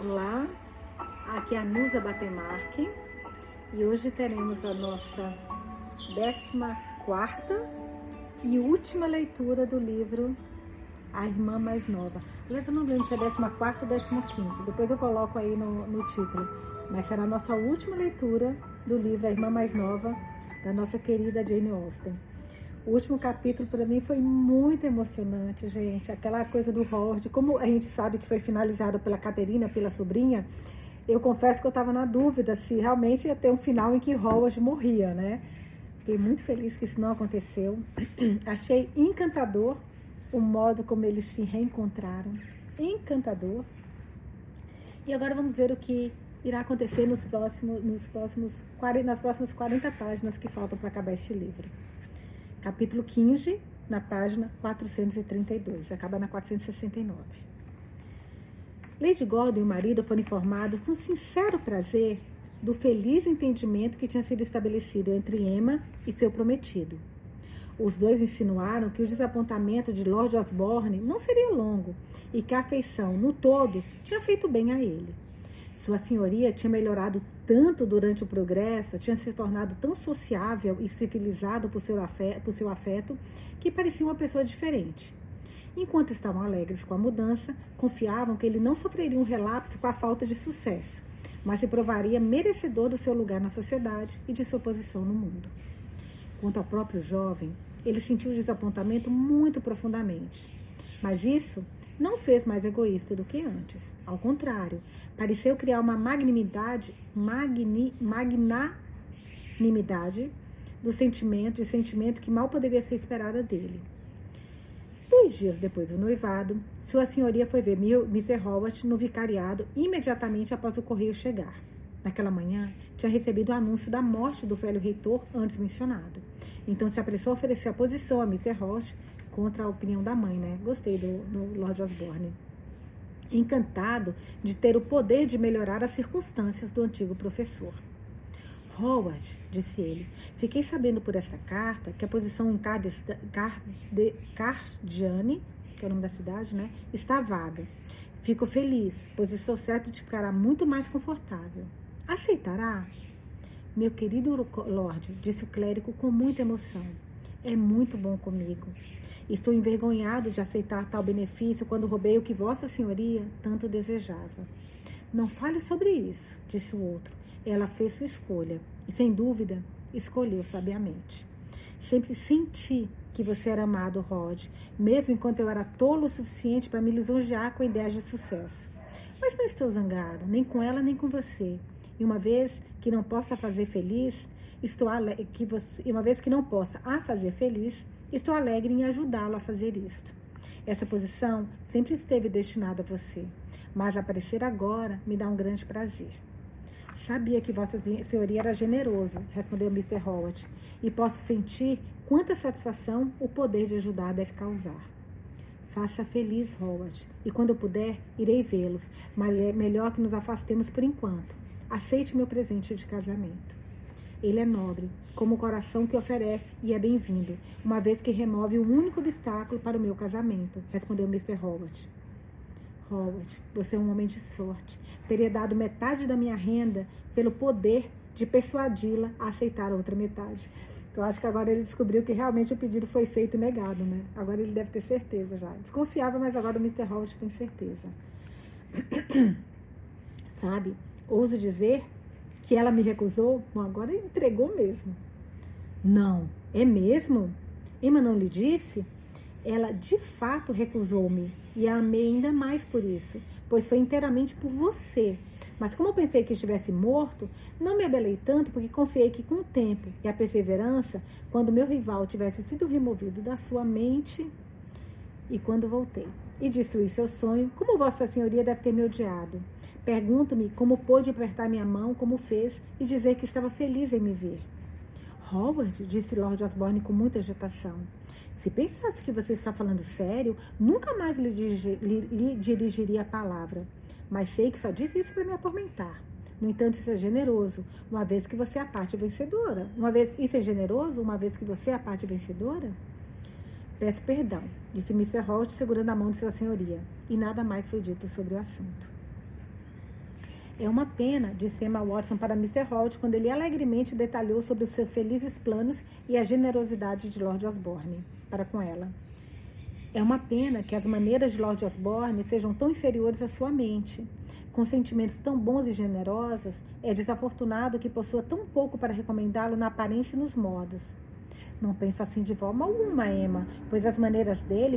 Olá, aqui é a Nusa Batemarque e hoje teremos a nossa 14ª e última leitura do livro A Irmã Mais Nova. Eu não lembro se é 14ª ou 15ª, depois eu coloco aí no título, mas será a nossa última leitura do livro A Irmã Mais Nova, da nossa querida Jane Austen. O último capítulo para mim foi muito emocionante, gente. Aquela coisa do Howard, como a gente sabe que foi finalizado pela Caterina, pela sobrinha, eu confesso que eu estava na dúvida se realmente ia ter um final em que Howard morria, né? Fiquei muito feliz que isso não aconteceu. Achei encantador o modo como eles se reencontraram. Encantador. E agora vamos ver o que irá acontecer nas próximas 40 páginas que faltam para acabar este livro. Capítulo 15, na página 432, acaba na 469. Lady Gordon e o marido foram informados com sincero prazer do feliz entendimento que tinha sido estabelecido entre Emma e seu prometido. Os dois insinuaram que o desapontamento de Lord Osborne não seria longo e que a afeição, no todo, tinha feito bem a ele. Sua senhoria tinha melhorado tanto durante o progresso, tinha se tornado tão sociável e civilizado por seu afeto, que parecia uma pessoa diferente. Enquanto estavam alegres com a mudança, confiavam que ele não sofreria um relapso com a falta de sucesso, mas se provaria merecedor do seu lugar na sociedade e de sua posição no mundo. Quanto ao próprio jovem, ele sentiu o desapontamento muito profundamente. Mas isso não o fez mais egoísta do que antes. Ao contrário, pareceu criar uma magnanimidade do sentimento que mal poderia ser esperada dele. 2 dias depois do noivado, sua senhoria foi ver Mr. Howard no vicariado imediatamente após o correio chegar. Naquela manhã, tinha recebido o anúncio da morte do velho reitor antes mencionado. Então se apressou a oferecer a posição a Mr. Howard contra a opinião da mãe, né? Gostei do Lord Osborne. Encantado de ter o poder de melhorar as circunstâncias do antigo professor. Howard, disse ele, fiquei sabendo por esta carta que a posição em Cardiane, que é o nome da cidade, né? Está vaga. Fico feliz, pois estou certo de ficará muito mais confortável. Aceitará? Meu querido Lord, disse o clérigo com muita emoção. É muito bom comigo. Estou envergonhado de aceitar tal benefício quando roubei o que Vossa Senhoria tanto desejava. Não fale sobre isso, disse o outro. Ela fez sua escolha e, sem dúvida, escolheu sabiamente. Sempre senti que você era amado, Rod, mesmo enquanto eu era tolo o suficiente para me lisonjear com ideias de sucesso. Mas não estou zangado, nem com ela, nem com você. E uma vez que não possa fazer feliz, estou alegre em ajudá-lo a fazer isto. Essa posição sempre esteve destinada a você, mas aparecer agora me dá um grande prazer. Sabia que Vossa Senhoria era generoso, respondeu Mr. Howard, e posso sentir quanta satisfação o poder de ajudar deve causar. Faça feliz, Howard, e quando puder, irei vê-los, mas é melhor que nos afastemos por enquanto. Aceite meu presente de casamento. Ele é nobre, como o coração que oferece, e é bem-vindo, uma vez que remove o único obstáculo para o meu casamento, respondeu Mr. Howard. Howard, você é um homem de sorte. Teria dado metade da minha renda pelo poder de persuadi-la a aceitar a outra metade. Então, acho que agora ele descobriu que realmente o pedido foi feito e negado, né? Agora ele deve ter certeza já. Desconfiava, mas agora o Mr. Howard tem certeza. Sabe, ouso dizer que ela me recusou? Bom, agora ele entregou mesmo. Não, é mesmo? Emma não lhe disse? Ela de fato recusou-me e a amei ainda mais por isso, pois foi inteiramente por você. Mas como eu pensei que estivesse morto, não me abelei tanto porque confiei que com o tempo e a perseverança, quando meu rival tivesse sido removido da sua mente e quando voltei. E destruí seu sonho, como Vossa Senhoria deve ter me odiado. Pergunto-me como pôde apertar minha mão como fez e dizer que estava feliz em me ver. Howard, disse Lord Osborne com muita agitação, se pensasse que você está falando sério, nunca mais lhe dirigiria a palavra. Mas sei que só diz isso para me atormentar. No entanto, isso é generoso, uma vez que você é a parte vencedora. Isso é generoso, uma vez que você é a parte vencedora? Peço perdão, disse Mr. Holt, segurando a mão de sua senhoria, e nada mais foi dito sobre o assunto. É uma pena, disse Emma Watson para Mr. Holt quando ele alegremente detalhou sobre os seus felizes planos e a generosidade de Lord Osborne para com ela. É uma pena que as maneiras de Lord Osborne sejam tão inferiores à sua mente. Com sentimentos tão bons e generosos, é desafortunado que possua tão pouco para recomendá-lo na aparência e nos modos. Não penso assim de forma alguma, Emma, pois se as maneiras dele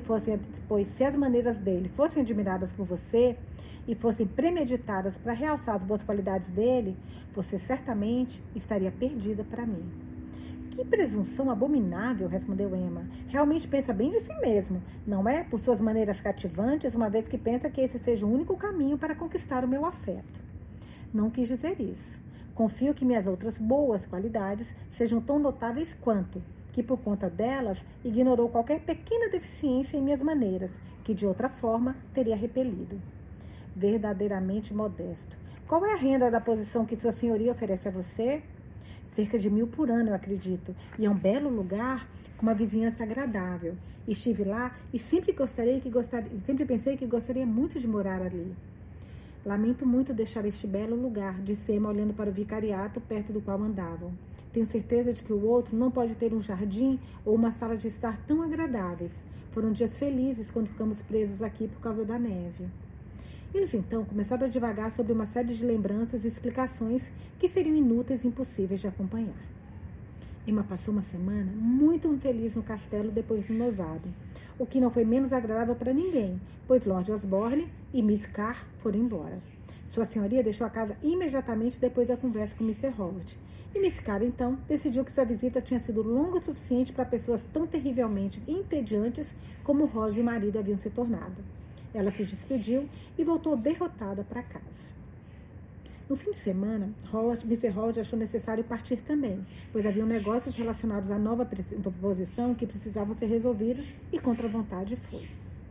fossem admiradas por você e fossem premeditadas para realçar as boas qualidades dele, você certamente estaria perdida para mim. Que presunção abominável, respondeu Emma. Realmente pensa bem de si mesmo, não é? Por suas maneiras cativantes, uma vez que pensa que esse seja o único caminho para conquistar o meu afeto. Não quis dizer isso. Confio que minhas outras boas qualidades sejam tão notáveis quanto, que por conta delas ignorou qualquer pequena deficiência em minhas maneiras, que de outra forma teria repelido. Verdadeiramente modesto. Qual é a renda da posição que sua senhoria oferece a você? Cerca de 1.000 por ano, eu acredito. E é um belo lugar, com uma vizinhança agradável. Estive lá e sempre pensei que gostaria muito de morar ali. Lamento muito deixar este belo lugar, disse Emma olhando para o vicariato perto do qual andavam. Tenho certeza de que o outro não pode ter um jardim ou uma sala de estar tão agradáveis. Foram dias felizes quando ficamos presos aqui por causa da neve. Eles então começaram a divagar sobre uma série de lembranças e explicações que seriam inúteis e impossíveis de acompanhar. Emma passou uma semana muito infeliz no castelo depois do noivado, o que não foi menos agradável para ninguém, pois Lord Osborne e Miss Carr foram embora. Sua senhoria deixou a casa imediatamente depois da conversa com Mr. Holt. E Miss Carr, então, decidiu que sua visita tinha sido longa o suficiente para pessoas tão terrivelmente entediantes como Rose e o marido haviam se tornado. Ela se despediu e voltou derrotada para casa. No fim de semana, Mr. Holt achou necessário partir também, pois haviam negócios relacionados à nova proposição que precisavam ser resolvidos e contra a vontade foi.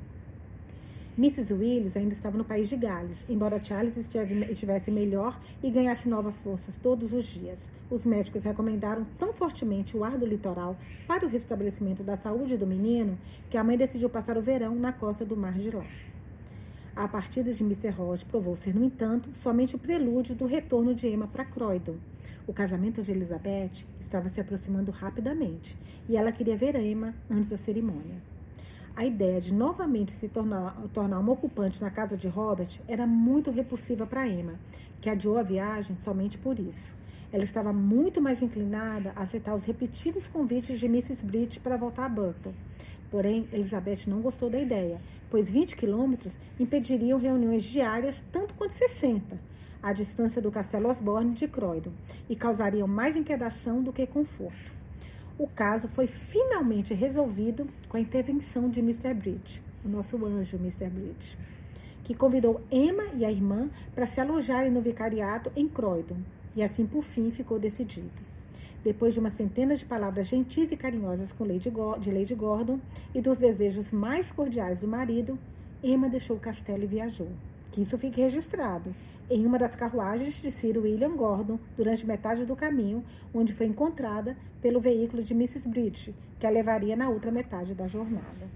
Mrs. Willis ainda estava no país de Gales, embora Charles estivesse melhor e ganhasse novas forças todos os dias. Os médicos recomendaram tão fortemente o ar do litoral para o restabelecimento da saúde do menino que a mãe decidiu passar o verão na costa do mar de lá. A partida de Mr. Holt provou ser, no entanto, somente o prelúdio do retorno de Emma para Croydon. O casamento de Elizabeth estava se aproximando rapidamente e ela queria ver Emma antes da cerimônia. A ideia de novamente se tornar uma ocupante na casa de Robert era muito repulsiva para Emma, que adiou a viagem somente por isso. Ela estava muito mais inclinada a aceitar os repetidos convites de Mrs. Bridge para voltar a Burton. Porém, Elizabeth não gostou da ideia, pois 20 quilômetros impediriam reuniões diárias tanto quanto 60, à distância do Castelo Osborne de Croydon, e causariam mais inquietação do que conforto. O caso foi finalmente resolvido com a intervenção de Mr. Bridge, o nosso anjo Mr. Bridge, que convidou Emma e a irmã para se alojarem no vicariato em Croydon, e assim, por fim, ficou decidido. Depois de uma centena de palavras gentis e carinhosas de Lady Gordon e dos desejos mais cordiais do marido, Emma deixou o castelo e viajou. Que isso fique registrado, em uma das carruagens de Sir William Gordon, durante metade do caminho, onde foi encontrada pelo veículo de Mrs. Bridge, que a levaria na outra metade da jornada.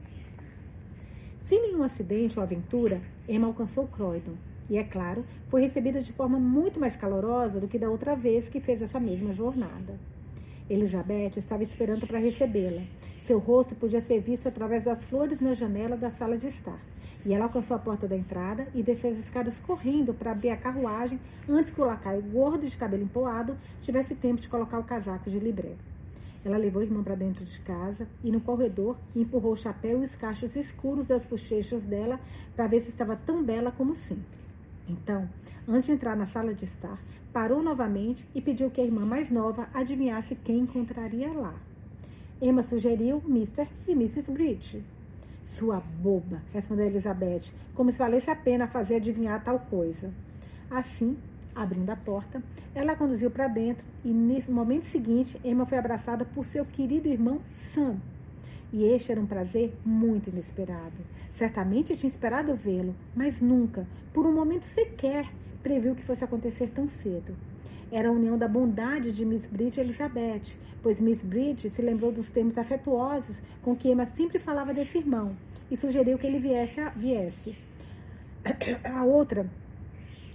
Sem nenhum acidente ou aventura, Emma alcançou Croydon, e, é claro, foi recebida de forma muito mais calorosa do que da outra vez que fez essa mesma jornada. Elizabeth estava esperando para recebê-la. Seu rosto podia ser visto através das flores na janela da sala de estar, e ela alcançou a porta da entrada e desceu as escadas correndo para abrir a carruagem antes que o lacaio gordo de cabelo empoado tivesse tempo de colocar o casaco de libré. Ela levou o irmão para dentro de casa e, no corredor, empurrou o chapéu e os cachos escuros das bochechas dela para ver se estava tão bela como sempre. Então, antes de entrar na sala de estar, parou novamente e pediu que a irmã mais nova adivinhasse quem encontraria lá. Emma sugeriu Mr. e Mrs. Bridge. Sua boba, respondeu Elizabeth, como se valesse a pena fazer adivinhar tal coisa. Assim, abrindo a porta, ela a conduziu para dentro e, no momento seguinte, Emma foi abraçada por seu querido irmão Sam. E este era um prazer muito inesperado. Certamente tinha esperado vê-lo, mas nunca, por um momento sequer, previu que fosse acontecer tão cedo. Era a união da bondade de Miss Bridge e Elizabeth, pois Miss Bridge se lembrou dos termos afetuosos com que Emma sempre falava desse irmão e sugeriu que ele viesse. A outra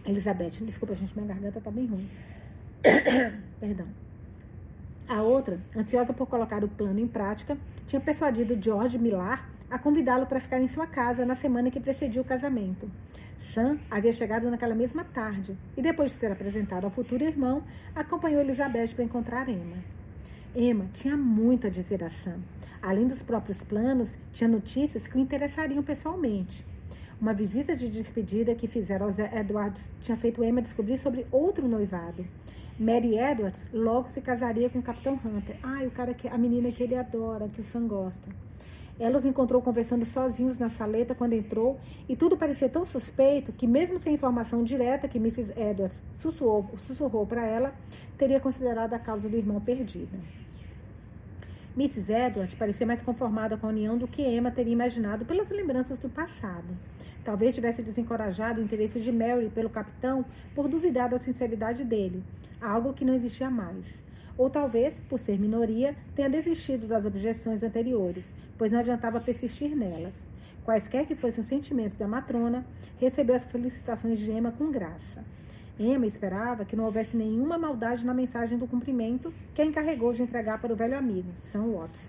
Elizabeth, desculpa, gente, minha garganta tá bem ruim. Perdão. A outra, ansiosa por colocar o plano em prática, tinha persuadido George Millar a convidá-lo para ficar em sua casa na semana que precedia o casamento. Sam havia chegado naquela mesma tarde e, depois de ser apresentado ao futuro irmão, acompanhou Elizabeth para encontrar Emma. Emma tinha muito a dizer a Sam. Além dos próprios planos, tinha notícias que o interessariam pessoalmente. Uma visita de despedida que fizeram aos Edwards tinha feito Emma descobrir sobre outro noivado. Mary Edwards logo se casaria com o Capitão Hunter. A menina que ele adora, que o Sam gosta. Ela os encontrou conversando sozinhos na saleta quando entrou, e tudo parecia tão suspeito que, mesmo sem informação direta que Mrs. Edwards sussurrou para ela, teria considerado a causa do irmão perdida. Mrs. Edwards parecia mais conformada com a união do que Emma teria imaginado pelas lembranças do passado. Talvez tivesse desencorajado o interesse de Mary pelo capitão por duvidar da sinceridade dele, algo que não existia mais. Ou talvez, por ser minoria, tenha desistido das objeções anteriores, pois não adiantava persistir nelas. Quaisquer que fossem os sentimentos da matrona, recebeu as felicitações de Emma com graça. Emma esperava que não houvesse nenhuma maldade na mensagem do cumprimento que a encarregou de entregar para o velho amigo, Sam Watson.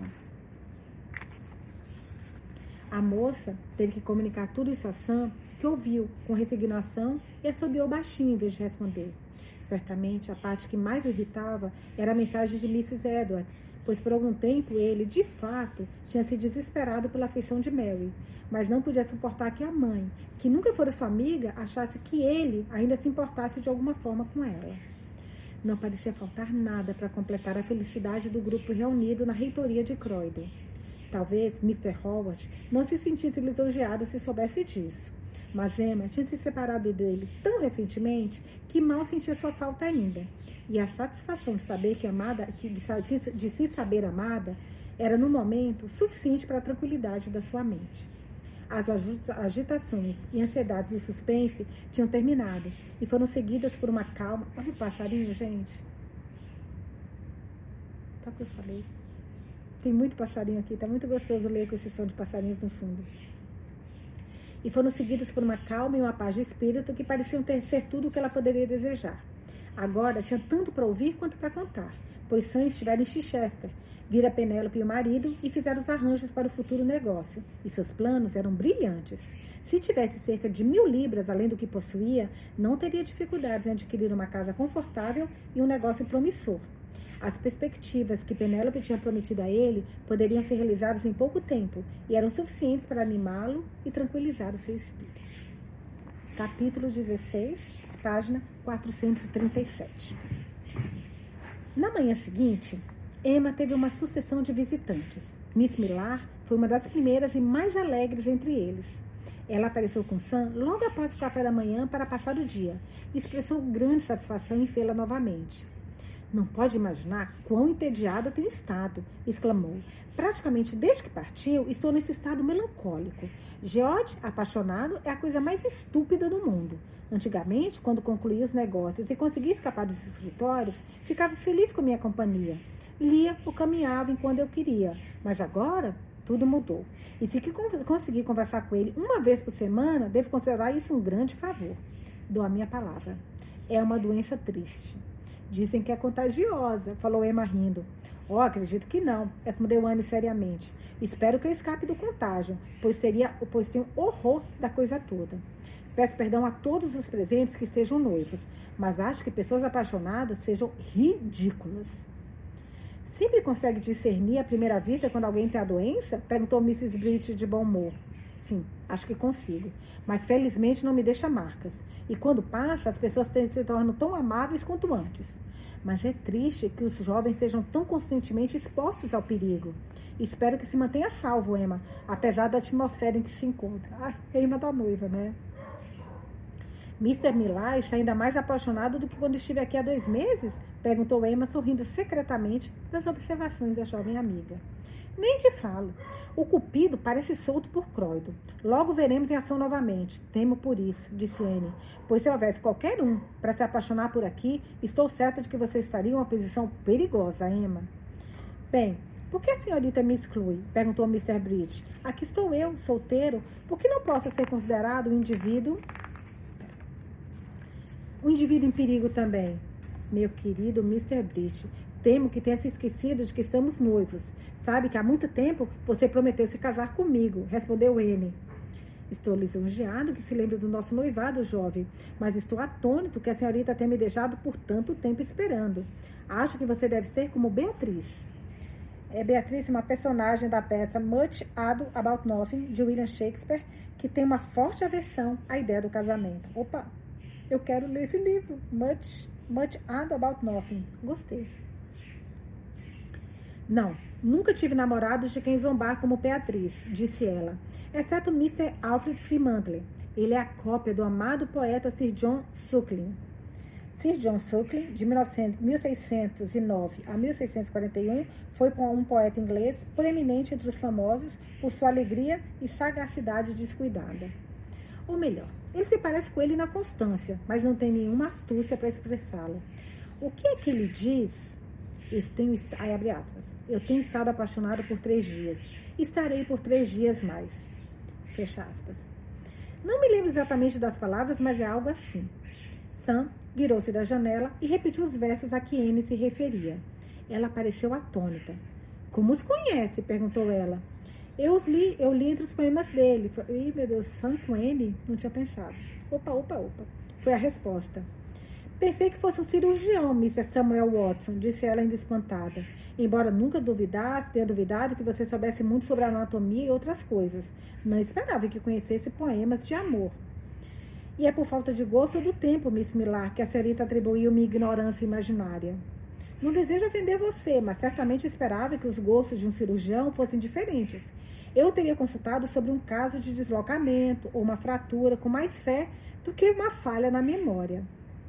A moça teve que comunicar tudo isso a Sam, que ouviu com resignação e assobiou baixinho em vez de responder. Certamente, a parte que mais o irritava era a mensagem de Mrs. Edwards, pois por algum tempo ele, de fato, tinha se desesperado pela afeição de Mary, mas não podia suportar que a mãe, que nunca fora sua amiga, achasse que ele ainda se importasse de alguma forma com ela. Não parecia faltar nada para completar a felicidade do grupo reunido na reitoria de Croydon. Talvez Mr. Howard não se sentisse lisonjeado se soubesse disso. Mas Emma tinha se separado dele tão recentemente que mal sentia sua falta ainda. E a satisfação de saber de se saber amada era, no momento, suficiente para a tranquilidade da sua mente. As agitações e ansiedades de suspense tinham terminado e foram seguidas por uma calma... Olha o passarinho, gente. Sabe o que eu falei? Tem muito passarinho aqui, tá muito gostoso ler com esse som de passarinhos no fundo. E foram seguidos por uma calma e uma paz de espírito que pareciam ser tudo o que ela poderia desejar. Agora tinha tanto para ouvir quanto para contar, pois Sam estivera em Chichester, vira Penélope e o marido e fizeram os arranjos para o futuro negócio, e seus planos eram brilhantes. Se tivesse cerca de 1.000 libras além do que possuía, não teria dificuldades em adquirir uma casa confortável e um negócio promissor. As perspectivas que Penélope tinha prometido a ele poderiam ser realizadas em pouco tempo e eram suficientes para animá-lo e tranquilizar o seu espírito. Capítulo 16, página 437. Na manhã seguinte, Emma teve uma sucessão de visitantes. Miss Millar foi uma das primeiras e mais alegres entre eles. Ela apareceu com Sam logo após o café da manhã para passar o dia e expressou grande satisfação em vê-la novamente. Não pode imaginar quão entediada tenho estado, exclamou. Praticamente desde que partiu, estou nesse estado melancólico. George, apaixonado, é a coisa mais estúpida do mundo. Antigamente, quando concluía os negócios e conseguia escapar dos escritórios, ficava feliz com minha companhia. Lia ou caminhava enquanto eu queria, mas agora tudo mudou. E se conseguir conversar com ele uma vez por semana, devo considerar isso um grande favor. Dou a minha palavra. É uma doença triste. Dizem que é contagiosa, falou Emma rindo. Acredito que não, respondeu Anne seriamente. Espero que eu escape do contágio, pois tenho horror da coisa toda. Peço perdão a todos os presentes que estejam noivos, mas acho que pessoas apaixonadas sejam ridículas. Sempre consegue discernir à primeira vista quando alguém tem a doença? Perguntou Mrs. Bridge de bom humor. Sim, acho que consigo, mas felizmente não me deixa marcas. E quando passa, as pessoas se tornam tão amáveis quanto antes. Mas é triste que os jovens sejam tão constantemente expostos ao perigo. Espero que se mantenha salvo, Emma, apesar da atmosfera em que se encontra. Emma da noiva, né? Mr. Millar está ainda mais apaixonado do que quando estive aqui há 2 meses? Perguntou Emma, sorrindo secretamente das observações da jovem amiga. Nem te falo. O cupido parece solto por Croydon. Logo veremos em ação novamente. Temo por isso, disse Anne. Pois se houvesse qualquer um para se apaixonar por aqui, estou certa de que você estaria em uma posição perigosa, Emma. Bem, por que a senhorita me exclui? Perguntou Mr. Bridge. Aqui estou eu, solteiro. Por que não posso ser considerado um indivíduo... Um indivíduo em perigo também. Meu querido Mr. Bridge, temo que tenha se esquecido de que estamos noivos. Sabe que há muito tempo você prometeu se casar comigo, respondeu Anne. Estou lisonjeado que se lembre do nosso noivado, jovem, mas estou atônito que a senhorita tenha me deixado por tanto tempo esperando. Acho que você deve ser como Beatriz. Beatriz é uma personagem da peça Much Ado About Nothing, de William Shakespeare, que tem uma forte aversão à ideia do casamento. Opa, eu quero ler esse livro, Much Ado About Nothing. Gostei. Não, nunca tive namorados de quem zombar como Beatriz, disse ela, exceto Mr. Alfred Fremantle. Ele é a cópia do amado poeta Sir John Suckling. Sir John Suckling, de 1609 a 1641, foi um poeta inglês proeminente entre os famosos por sua alegria e sagacidade descuidada. Ou melhor, ele se parece com ele na constância, mas não tem nenhuma astúcia para expressá-lo. O que é que ele diz? Abre aspas. Eu tenho estado apaixonado por 3 dias. Estarei por 3 dias mais. Fecha aspas. Não me lembro exatamente das palavras, mas é algo assim. Sam virou-se da janela e repetiu os versos a que Anne se referia. Ela pareceu atônita. Como os conhece? Perguntou ela. Eu li entre os poemas dele. Ih, meu Deus, Sam com Anne? Não tinha pensado. Opa. Foi a resposta. Pensei que fosse um cirurgião, Mr. Samuel Watson, disse ela ainda espantada. Embora nunca tenha duvidado que você soubesse muito sobre anatomia e outras coisas. Não esperava que conhecesse poemas de amor. E é por falta de gosto do tempo, Miss Millar, que a senhorita atribuiu minha ignorância imaginária. Não desejo ofender você, mas certamente esperava que os gostos de um cirurgião fossem diferentes. Eu teria consultado sobre um caso de deslocamento ou uma fratura com mais fé do que uma falha na memória.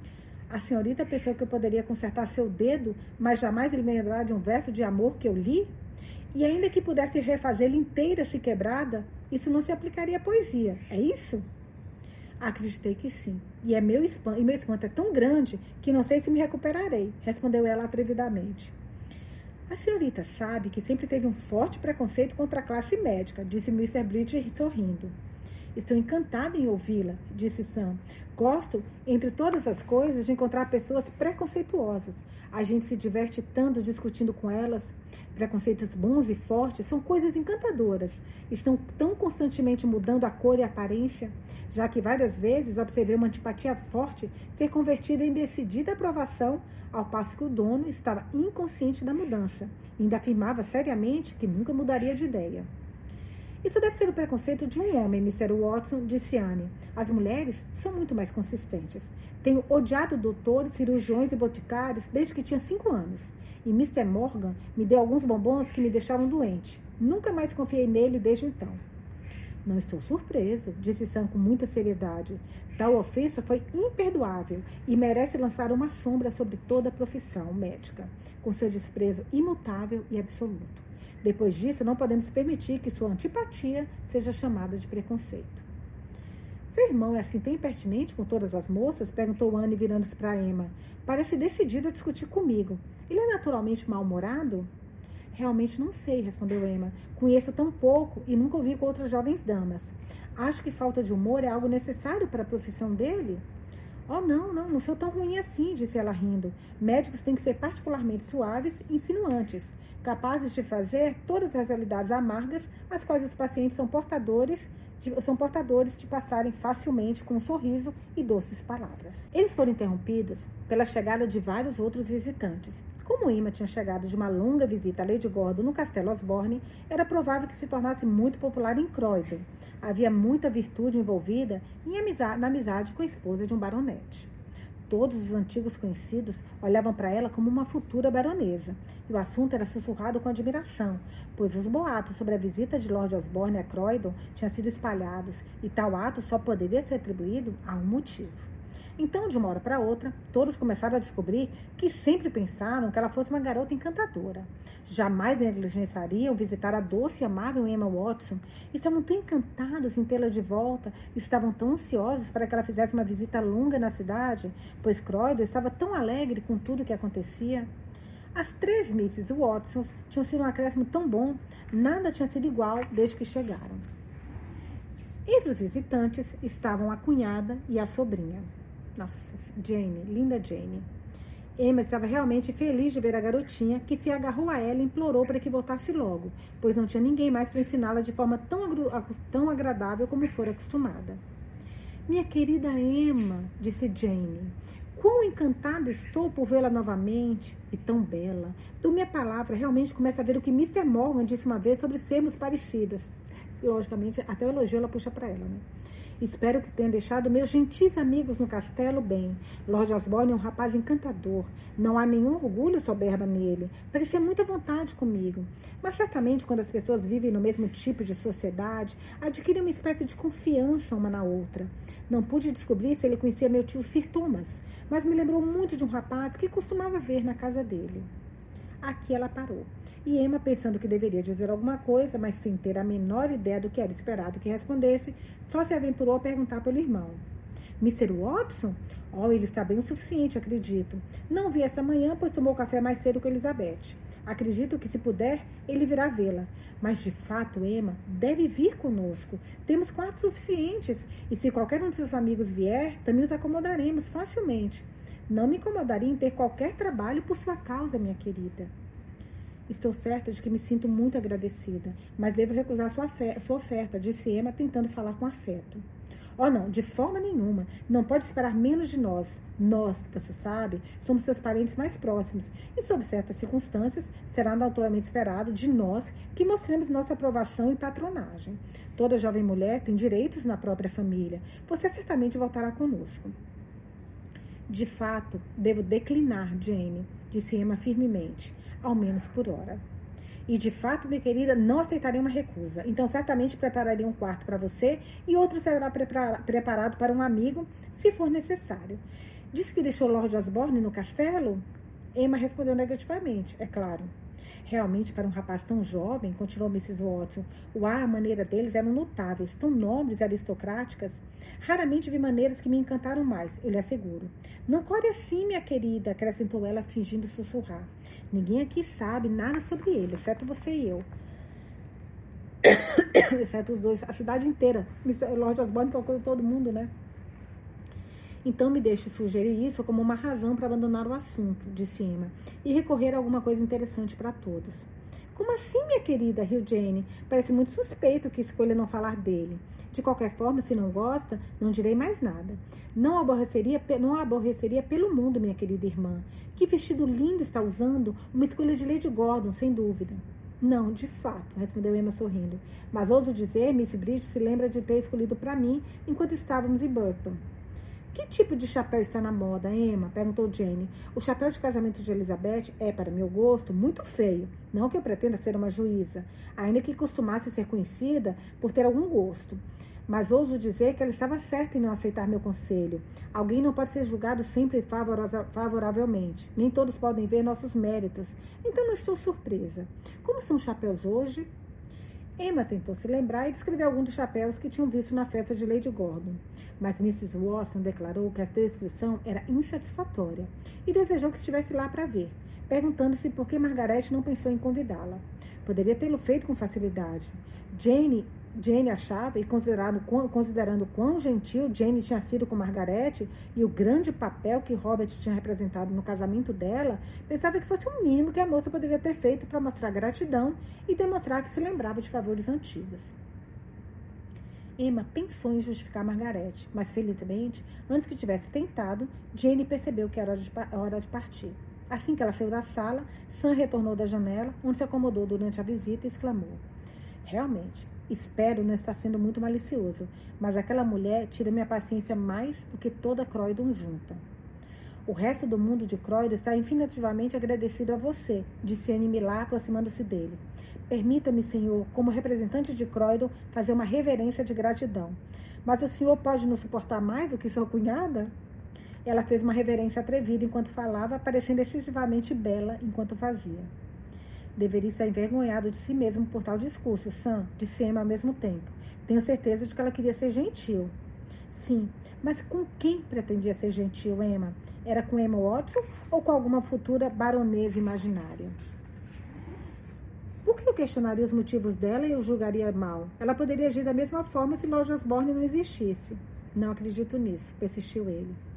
A senhorita pensou que eu poderia consertar seu dedo, mas jamais lhe lembrar de um verso de amor que eu li? E ainda que pudesse refazê-la inteira se quebrada, isso não se aplicaria à poesia, é isso? Acreditei que sim. E meu espanto é tão grande que não sei se me recuperarei, respondeu ela atrevidamente. A senhorita sabe que sempre teve um forte preconceito contra a classe médica, disse Mr. Bridge sorrindo. Estou encantada em ouvi-la, disse Sam. Gosto, entre todas as coisas, de encontrar pessoas preconceituosas. A gente se diverte tanto discutindo com elas. Preconceitos bons e fortes são coisas encantadoras. Estão tão constantemente mudando a cor e a aparência, já que várias vezes observei uma antipatia forte ser convertida em decidida aprovação, ao passo que o dono estava inconsciente da mudança e ainda afirmava seriamente que nunca mudaria de ideia. Isso deve ser o preconceito de um homem, Mr. Watson, disse Anne. As mulheres são muito mais consistentes. Tenho odiado doutores, cirurgiões e boticários desde que tinha 5 anos. E Mr. Morgan me deu alguns bombons que me deixaram doente. Nunca mais confiei nele desde então. Não estou surpresa, disse Sam com muita seriedade. Tal ofensa foi imperdoável e merece lançar uma sombra sobre toda a profissão médica, com seu desprezo imutável e absoluto. Depois disso, não podemos permitir que sua antipatia seja chamada de preconceito. Seu irmão é assim tão impertinente com todas as moças? Perguntou Anne, virando-se para Emma. Parece decidido a discutir comigo. Ele é naturalmente mal-humorado? Realmente não sei, respondeu Emma. Conheço tão pouco e nunca ouvi com outras jovens damas. Acho que falta de humor é algo necessário para a profissão dele? Oh, não sou tão ruim assim, disse ela rindo. Médicos têm que ser particularmente suaves e insinuantes, capazes de fazer todas as realidades amargas, as quais os pacientes são portadores de passarem facilmente com um sorriso e doces palavras. Eles foram interrompidos pela chegada de vários outros visitantes. Como Emma tinha chegado de uma longa visita a Lady Gordon no Castelo Osborne, era provável que se tornasse muito popular em Croydon. Havia muita virtude envolvida na amizade com a esposa de um baronete. Todos os antigos conhecidos olhavam para ela como uma futura baronesa, e o assunto era sussurrado com admiração, pois os boatos sobre a visita de Lord Osborne a Croydon tinham sido espalhados, e tal ato só poderia ser atribuído a um motivo. Então, de uma hora para outra, todos começaram a descobrir que sempre pensaram que ela fosse uma garota encantadora. Jamais negligenciariam visitar a doce e amável Emma Watson. Estavam tão encantados em tê-la de volta, estavam tão ansiosos para que ela fizesse uma visita longa na cidade, pois Croydon estava tão alegre com tudo o que acontecia. As 3 Mrs. Watsons tinham sido um acréscimo tão bom, nada tinha sido igual desde que chegaram. Entre os visitantes estavam a cunhada e a sobrinha. Nossa, Jane, linda Jane. Emma estava realmente feliz de ver a garotinha, que se agarrou a ela e implorou para que voltasse logo, pois não tinha ninguém mais para ensiná-la de forma tão agradável como fora acostumada. Minha querida Emma, disse Jane, quão encantada estou por vê-la novamente, e tão bela. Dou minha palavra, realmente começa a ver o que Mr. Morgan disse uma vez sobre sermos parecidas. Logicamente, até o elogio ela puxa para ela, né? Espero que tenha deixado meus gentis amigos no castelo bem. Lord Osborne é um rapaz encantador. Não há nenhum orgulho soberba nele. Parecia muita vontade comigo. Mas certamente quando as pessoas vivem no mesmo tipo de sociedade, adquirem uma espécie de confiança uma na outra. Não pude descobrir se ele conhecia meu tio Sir Thomas, mas me lembrou muito de um rapaz que costumava ver na casa dele. Aqui ela parou. E Emma, pensando que deveria dizer alguma coisa, mas sem ter a menor ideia do que era esperado que respondesse, só se aventurou a perguntar pelo irmão. Mr. Watson? Oh, ele está bem o suficiente, acredito. Não vi esta manhã, pois tomou café mais cedo com Elizabeth. Acredito que, se puder, ele virá vê-la. Mas, de fato, Emma, deve vir conosco. Temos quartos suficientes, e se qualquer um de seus amigos vier, também os acomodaremos facilmente. Não me incomodaria em ter qualquer trabalho por sua causa, minha querida. Estou certa de que me sinto muito agradecida, mas devo recusar sua oferta, disse Emma, tentando falar com afeto. Oh, não, de forma nenhuma. Não pode esperar menos de nós. Nós, você sabe, somos seus parentes mais próximos e, sob certas circunstâncias, será naturalmente esperado de nós que mostremos nossa aprovação e patronagem. Toda jovem mulher tem direitos na própria família. Você certamente voltará conosco. De fato, devo declinar, Jane, disse Emma firmemente. Ao menos por hora. E, de fato, minha querida, não aceitarei uma recusa. Então, certamente prepararei um quarto para você e outro será preparado para um amigo, se for necessário. Disse que deixou Lord Osborne no castelo? Emma respondeu negativamente, é claro. Realmente, para um rapaz tão jovem, continuou Mrs. Watson, o ar e a maneira deles eram notáveis, tão nobres e aristocráticas. Raramente vi maneiras que me encantaram mais, eu lhe asseguro. Não core assim, minha querida, acrescentou ela, fingindo sussurrar. Ninguém aqui sabe nada sobre ele, exceto você e eu. Exceto os dois, a cidade inteira. Lord Osborne procurou todo mundo, né? Então me deixe sugerir isso como uma razão para abandonar o assunto, disse Emma, e recorrer a alguma coisa interessante para todos. Como assim, minha querida? Riu Jane. Parece muito suspeito que escolha não falar dele. De qualquer forma, se não gosta, não direi mais nada. Não a aborreceria pelo mundo, minha querida irmã. Que vestido lindo está usando, uma escolha de Lady Gordon, sem dúvida. Não, de fato, respondeu Emma sorrindo. Mas ouso dizer, Miss Bridget se lembra de ter escolhido para mim enquanto estávamos em Burton. Que tipo de chapéu está na moda, Emma? Perguntou Jane. O chapéu de casamento de Elizabeth é, para meu gosto, muito feio. Não que eu pretenda ser uma juíza, ainda que costumasse ser conhecida por ter algum gosto. Mas ouso dizer que ela estava certa em não aceitar meu conselho. Alguém não pode ser julgado sempre favoravelmente. Nem todos podem ver nossos méritos. Então não estou surpresa. Como são os chapéus hoje? Emma tentou se lembrar e descrever alguns dos chapéus que tinham visto na festa de Lady Gordon. Mas Mrs. Watson declarou que a descrição era insatisfatória e desejou que estivesse lá para ver, perguntando-se por que Margaret não pensou em convidá-la. Poderia tê-lo feito com facilidade. Jane achava, e considerando quão gentil Jane tinha sido com Margaret e o grande papel que Robert tinha representado no casamento dela, pensava que fosse o mínimo que a moça poderia ter feito para mostrar gratidão e demonstrar que se lembrava de favores antigos. Emma pensou em justificar Margaret, mas felizmente, antes que tivesse tentado, Jane percebeu que era hora de partir. Assim que ela saiu da sala, Sam retornou da janela, onde se acomodou durante a visita e exclamou: Realmente, espero não estar sendo muito malicioso, mas aquela mulher tira minha paciência mais do que toda Croydon junta. O resto do mundo de Croydon está infinitivamente agradecido a você, disse Anne Millar, aproximando-se dele. Permita-me, senhor, como representante de Croydon, fazer uma reverência de gratidão. Mas o senhor pode não suportar mais do que sua cunhada? Ela fez uma reverência atrevida enquanto falava, parecendo excessivamente bela enquanto fazia. Deveria estar envergonhado de si mesmo por tal discurso, Sam, disse Emma ao mesmo tempo. Tenho certeza de que ela queria ser gentil. Sim, mas com quem pretendia ser gentil, Emma? Era com Emma Watson ou com alguma futura baronesa imaginária? Por que eu questionaria os motivos dela e eu julgaria mal? Ela poderia agir da mesma forma se Lord Osborne não existisse. Não acredito nisso, persistiu ele.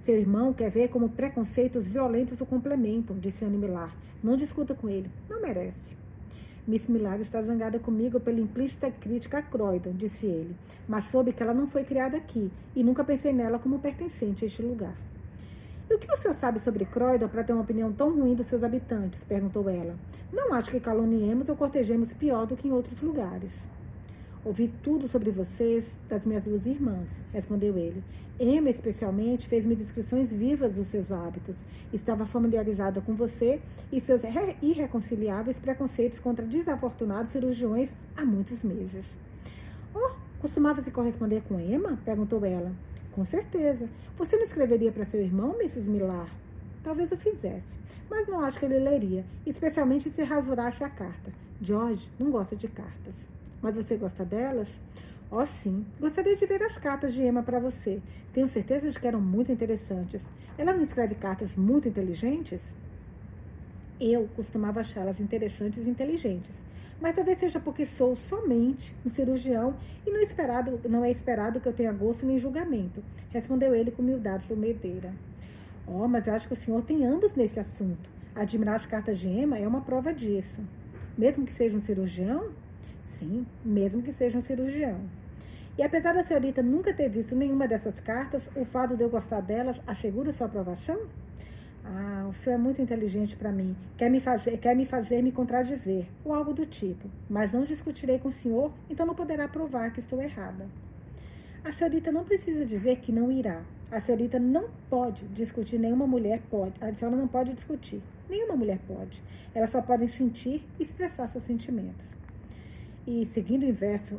Seu irmão quer ver como preconceitos violentos o complementam, disse Anne Millar. Não discuta com ele, não merece. Miss Millar está zangada comigo pela implícita crítica a Croydon, disse ele, mas soube que ela não foi criada aqui e nunca pensei nela como pertencente a este lugar. E o que o senhor sabe sobre Croydon para ter uma opinião tão ruim dos seus habitantes? Perguntou ela. Não acho que caluniemos ou cortejemos pior do que em outros lugares. Ouvi tudo sobre vocês das minhas duas irmãs, respondeu ele. Emma, especialmente, fez-me descrições vivas dos seus hábitos. Estava familiarizada com você e seus irreconciliáveis preconceitos contra desafortunados cirurgiões há muitos meses. Oh, costumava se corresponder com Emma? Perguntou ela. Com certeza. Você não escreveria para seu irmão, Mrs. Millar? Talvez eu fizesse, mas não acho que ele leria, especialmente se rasurasse a carta. George não gosta de cartas. Mas você gosta delas? Oh, sim. Gostaria de ver as cartas de Emma para você. Tenho certeza de que eram muito interessantes. Ela não escreve cartas muito inteligentes? Eu costumava achá-las interessantes e inteligentes. Mas talvez seja porque sou somente um cirurgião e não é esperado que eu tenha gosto nem julgamento, respondeu ele com humildade somedeira. Oh, mas eu acho que o senhor tem ambos nesse assunto. Admirar as cartas de Emma é uma prova disso. Mesmo que seja um cirurgião? Sim, mesmo que seja um cirurgião. E apesar da senhorita nunca ter visto nenhuma dessas cartas, o fato de eu gostar delas assegura sua aprovação? Ah, o senhor é muito inteligente para mim. Quer me fazer me contradizer, ou algo do tipo. Mas não discutirei com o senhor, então não poderá provar que estou errada. A senhorita não precisa dizer que não irá. A senhorita não pode discutir, nenhuma mulher pode. A senhora não pode discutir. Nenhuma mulher pode. Elas só podem sentir e expressar seus sentimentos. E seguindo o inverso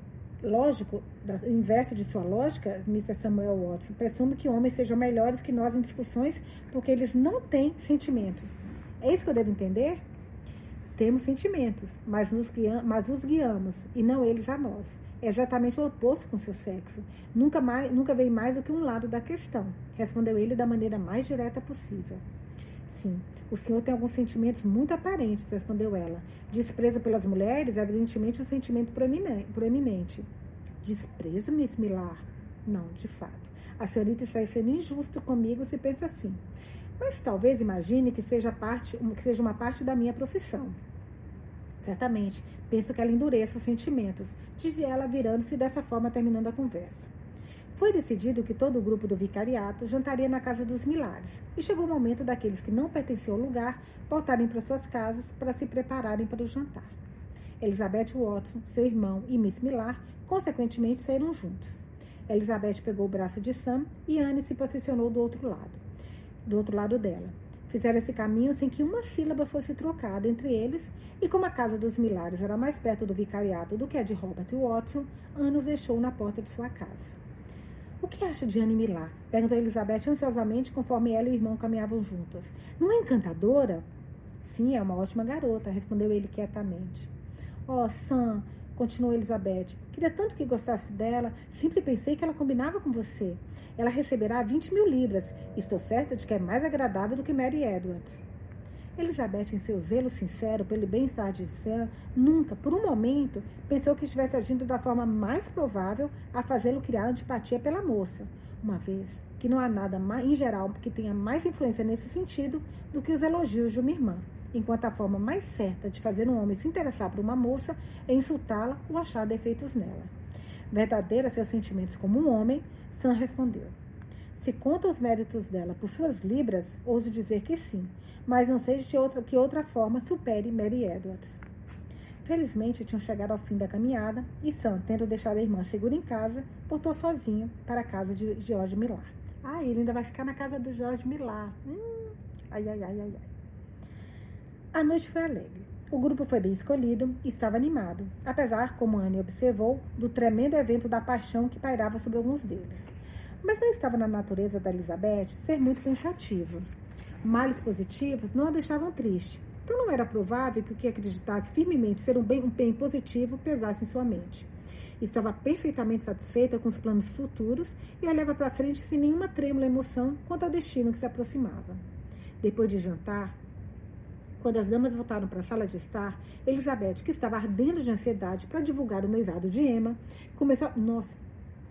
de sua lógica, Mr. Samuel Watson, presumo que homens sejam melhores que nós em discussões porque eles não têm sentimentos. É isso que eu devo entender? Temos sentimentos, mas os guiamos e não eles a nós. É exatamente o oposto com seu sexo. Nunca vem mais do que um lado da questão, respondeu ele da maneira mais direta possível. Sim, o senhor tem alguns sentimentos muito aparentes, respondeu ela. Desprezo pelas mulheres é evidentemente um sentimento proeminente. Desprezo, Miss Millar? Não, de fato. A senhorita está sendo injusta comigo se pensa assim. Mas talvez imagine que seja uma parte da minha profissão. Certamente, penso que ela endureça os sentimentos, dizia ela, virando-se dessa forma, terminando a conversa. Foi decidido que todo o grupo do vicariato jantaria na casa dos Millares, e chegou o momento daqueles que não pertenciam ao lugar voltarem para suas casas para se prepararem para o jantar. Elizabeth Watson, seu irmão e Miss Millar, consequentemente, saíram juntos. Elizabeth pegou o braço de Sam e Anne se posicionou do outro lado dela. Fizeram esse caminho sem que uma sílaba fosse trocada entre eles, e como a casa dos Millares era mais perto do vicariato do que a de Robert Watson, Anne os deixou na porta de sua casa. O que acha de Anne Millar? Perguntou Elizabeth ansiosamente, conforme ela e o irmão caminhavam juntas. Não é encantadora? Sim, é uma ótima garota, respondeu ele quietamente. Oh, Sam, continuou Elizabeth, queria tanto que gostasse dela, sempre pensei que ela combinava com você. Ela receberá 20.000 libras. Estou certa de que é mais agradável do que Mary Edwards. Elizabeth, em seu zelo sincero pelo bem-estar de Sam, nunca, por um momento, pensou que estivesse agindo da forma mais provável a fazê-lo criar antipatia pela moça, uma vez que não há nada em geral que tenha mais influência nesse sentido do que os elogios de uma irmã, enquanto a forma mais certa de fazer um homem se interessar por uma moça é insultá-la ou achar defeitos nela. Verdadeira seus sentimentos como um homem, Sam respondeu. Se conta os méritos dela por suas libras, ouso dizer que sim, mas não sei de outra forma supere Mary Edwards. Felizmente, tinham chegado ao fim da caminhada e Sam, tendo deixado a irmã segura em casa, voltou sozinho para a casa de George Millar. Ah, ele ainda vai ficar na casa do George Millar. Ai, ai, ai, ai, ai. A noite foi alegre. O grupo foi bem escolhido e estava animado, apesar, como Anne observou, do tremendo evento da paixão que pairava sobre alguns deles. Mas não estava na natureza da Elizabeth ser muito pensativa. Males positivos não a deixavam triste, então não era provável que o que acreditasse firmemente ser um bem positivo pesasse em sua mente. Estava perfeitamente satisfeita com os planos futuros e olhava para frente sem nenhuma trêmula emoção quanto ao destino que se aproximava. Depois de jantar, quando as damas voltaram para a sala de estar, Elizabeth, que estava ardendo de ansiedade para divulgar o noivado de Emma, começou... Nossa,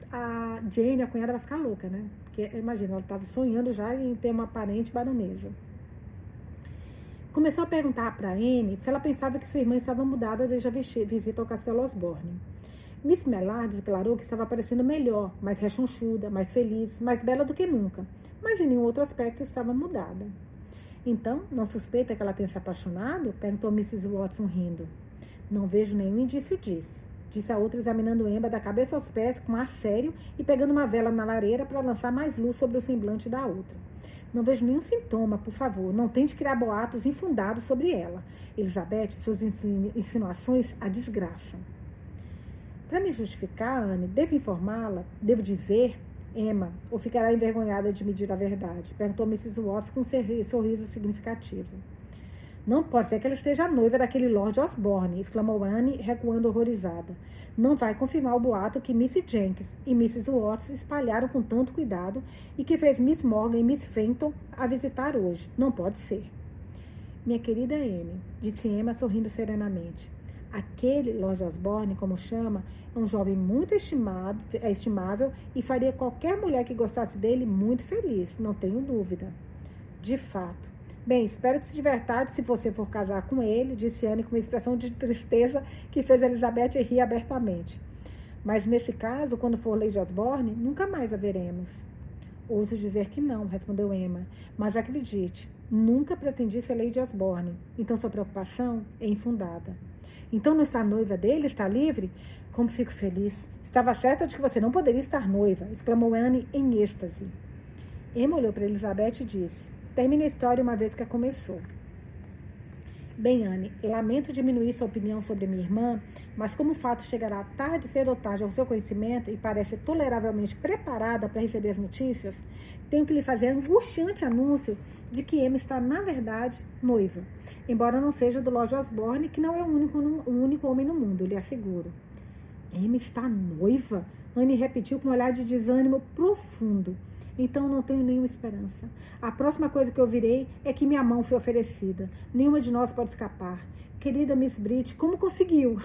a Jane, a cunhada, vai ficar louca, né? Porque, imagina, ela estava sonhando já em ter uma parente baronesa. Começou a perguntar para Anne se ela pensava que sua irmã estava mudada desde a visita ao Castelo Osborne. Miss Mellard declarou que estava parecendo melhor, mais rechonchuda, mais feliz, mais bela do que nunca, mas em nenhum outro aspecto estava mudada. Então, não suspeita que ela tenha se apaixonado? Perguntou Mrs. Watson rindo. Não vejo nenhum indício disso, disse a outra examinando Emma da cabeça aos pés com ar sério e pegando uma vela na lareira para lançar mais luz sobre o semblante da outra. Não vejo nenhum sintoma, por favor. Não tente criar boatos infundados sobre ela. Elizabeth, suas insinuações a desgraçam. Para me justificar, Anne, devo informá-la? Devo dizer, Emma, ou ficará envergonhada de me dizer a verdade? Perguntou Mrs. Watson com um sorriso significativo. Não pode ser que ela esteja noiva daquele Lord Osborne, exclamou Anne, recuando horrorizada. Não vai confirmar o boato que Miss Jenks e Mrs. Watson espalharam com tanto cuidado e que fez Miss Morgan e Miss Fenton a visitar hoje. Não pode ser. Minha querida Anne, disse Emma sorrindo serenamente. Aquele Lord Osborne, como chama, é um jovem muito estimável e faria qualquer mulher que gostasse dele muito feliz, não tenho dúvida. De fato. Bem, espero que se diverta se você for casar com ele, disse Anne com uma expressão de tristeza que fez Elizabeth rir abertamente. Mas nesse caso, quando for Lady Osborne, nunca mais a veremos. Ouso dizer que não, respondeu Emma, mas acredite, nunca pretendi ser Lady Osborne, então sua preocupação é infundada. Então não está noiva dele? Está livre? Como fico feliz. Estava certa de que você não poderia estar noiva, exclamou Anne em êxtase. Emma olhou para Elizabeth e disse, termine a história uma vez que a começou. Bem, Anne, lamento diminuir sua opinião sobre minha irmã, mas como o fato chegará cedo ou tarde ao seu conhecimento e parece toleravelmente preparada para receber as notícias, tenho que lhe fazer angustiante anúncio de que Emma está, na verdade, noiva. Embora não seja do Lord Osborne, que não é o único homem no mundo, lhe asseguro. Emma está noiva? Anne repetiu com um olhar de desânimo profundo. Então não tenho nenhuma esperança. A próxima coisa que eu ouvirei é que minha mão foi oferecida. Nenhuma de nós pode escapar. Querida Miss Brit, como conseguiu?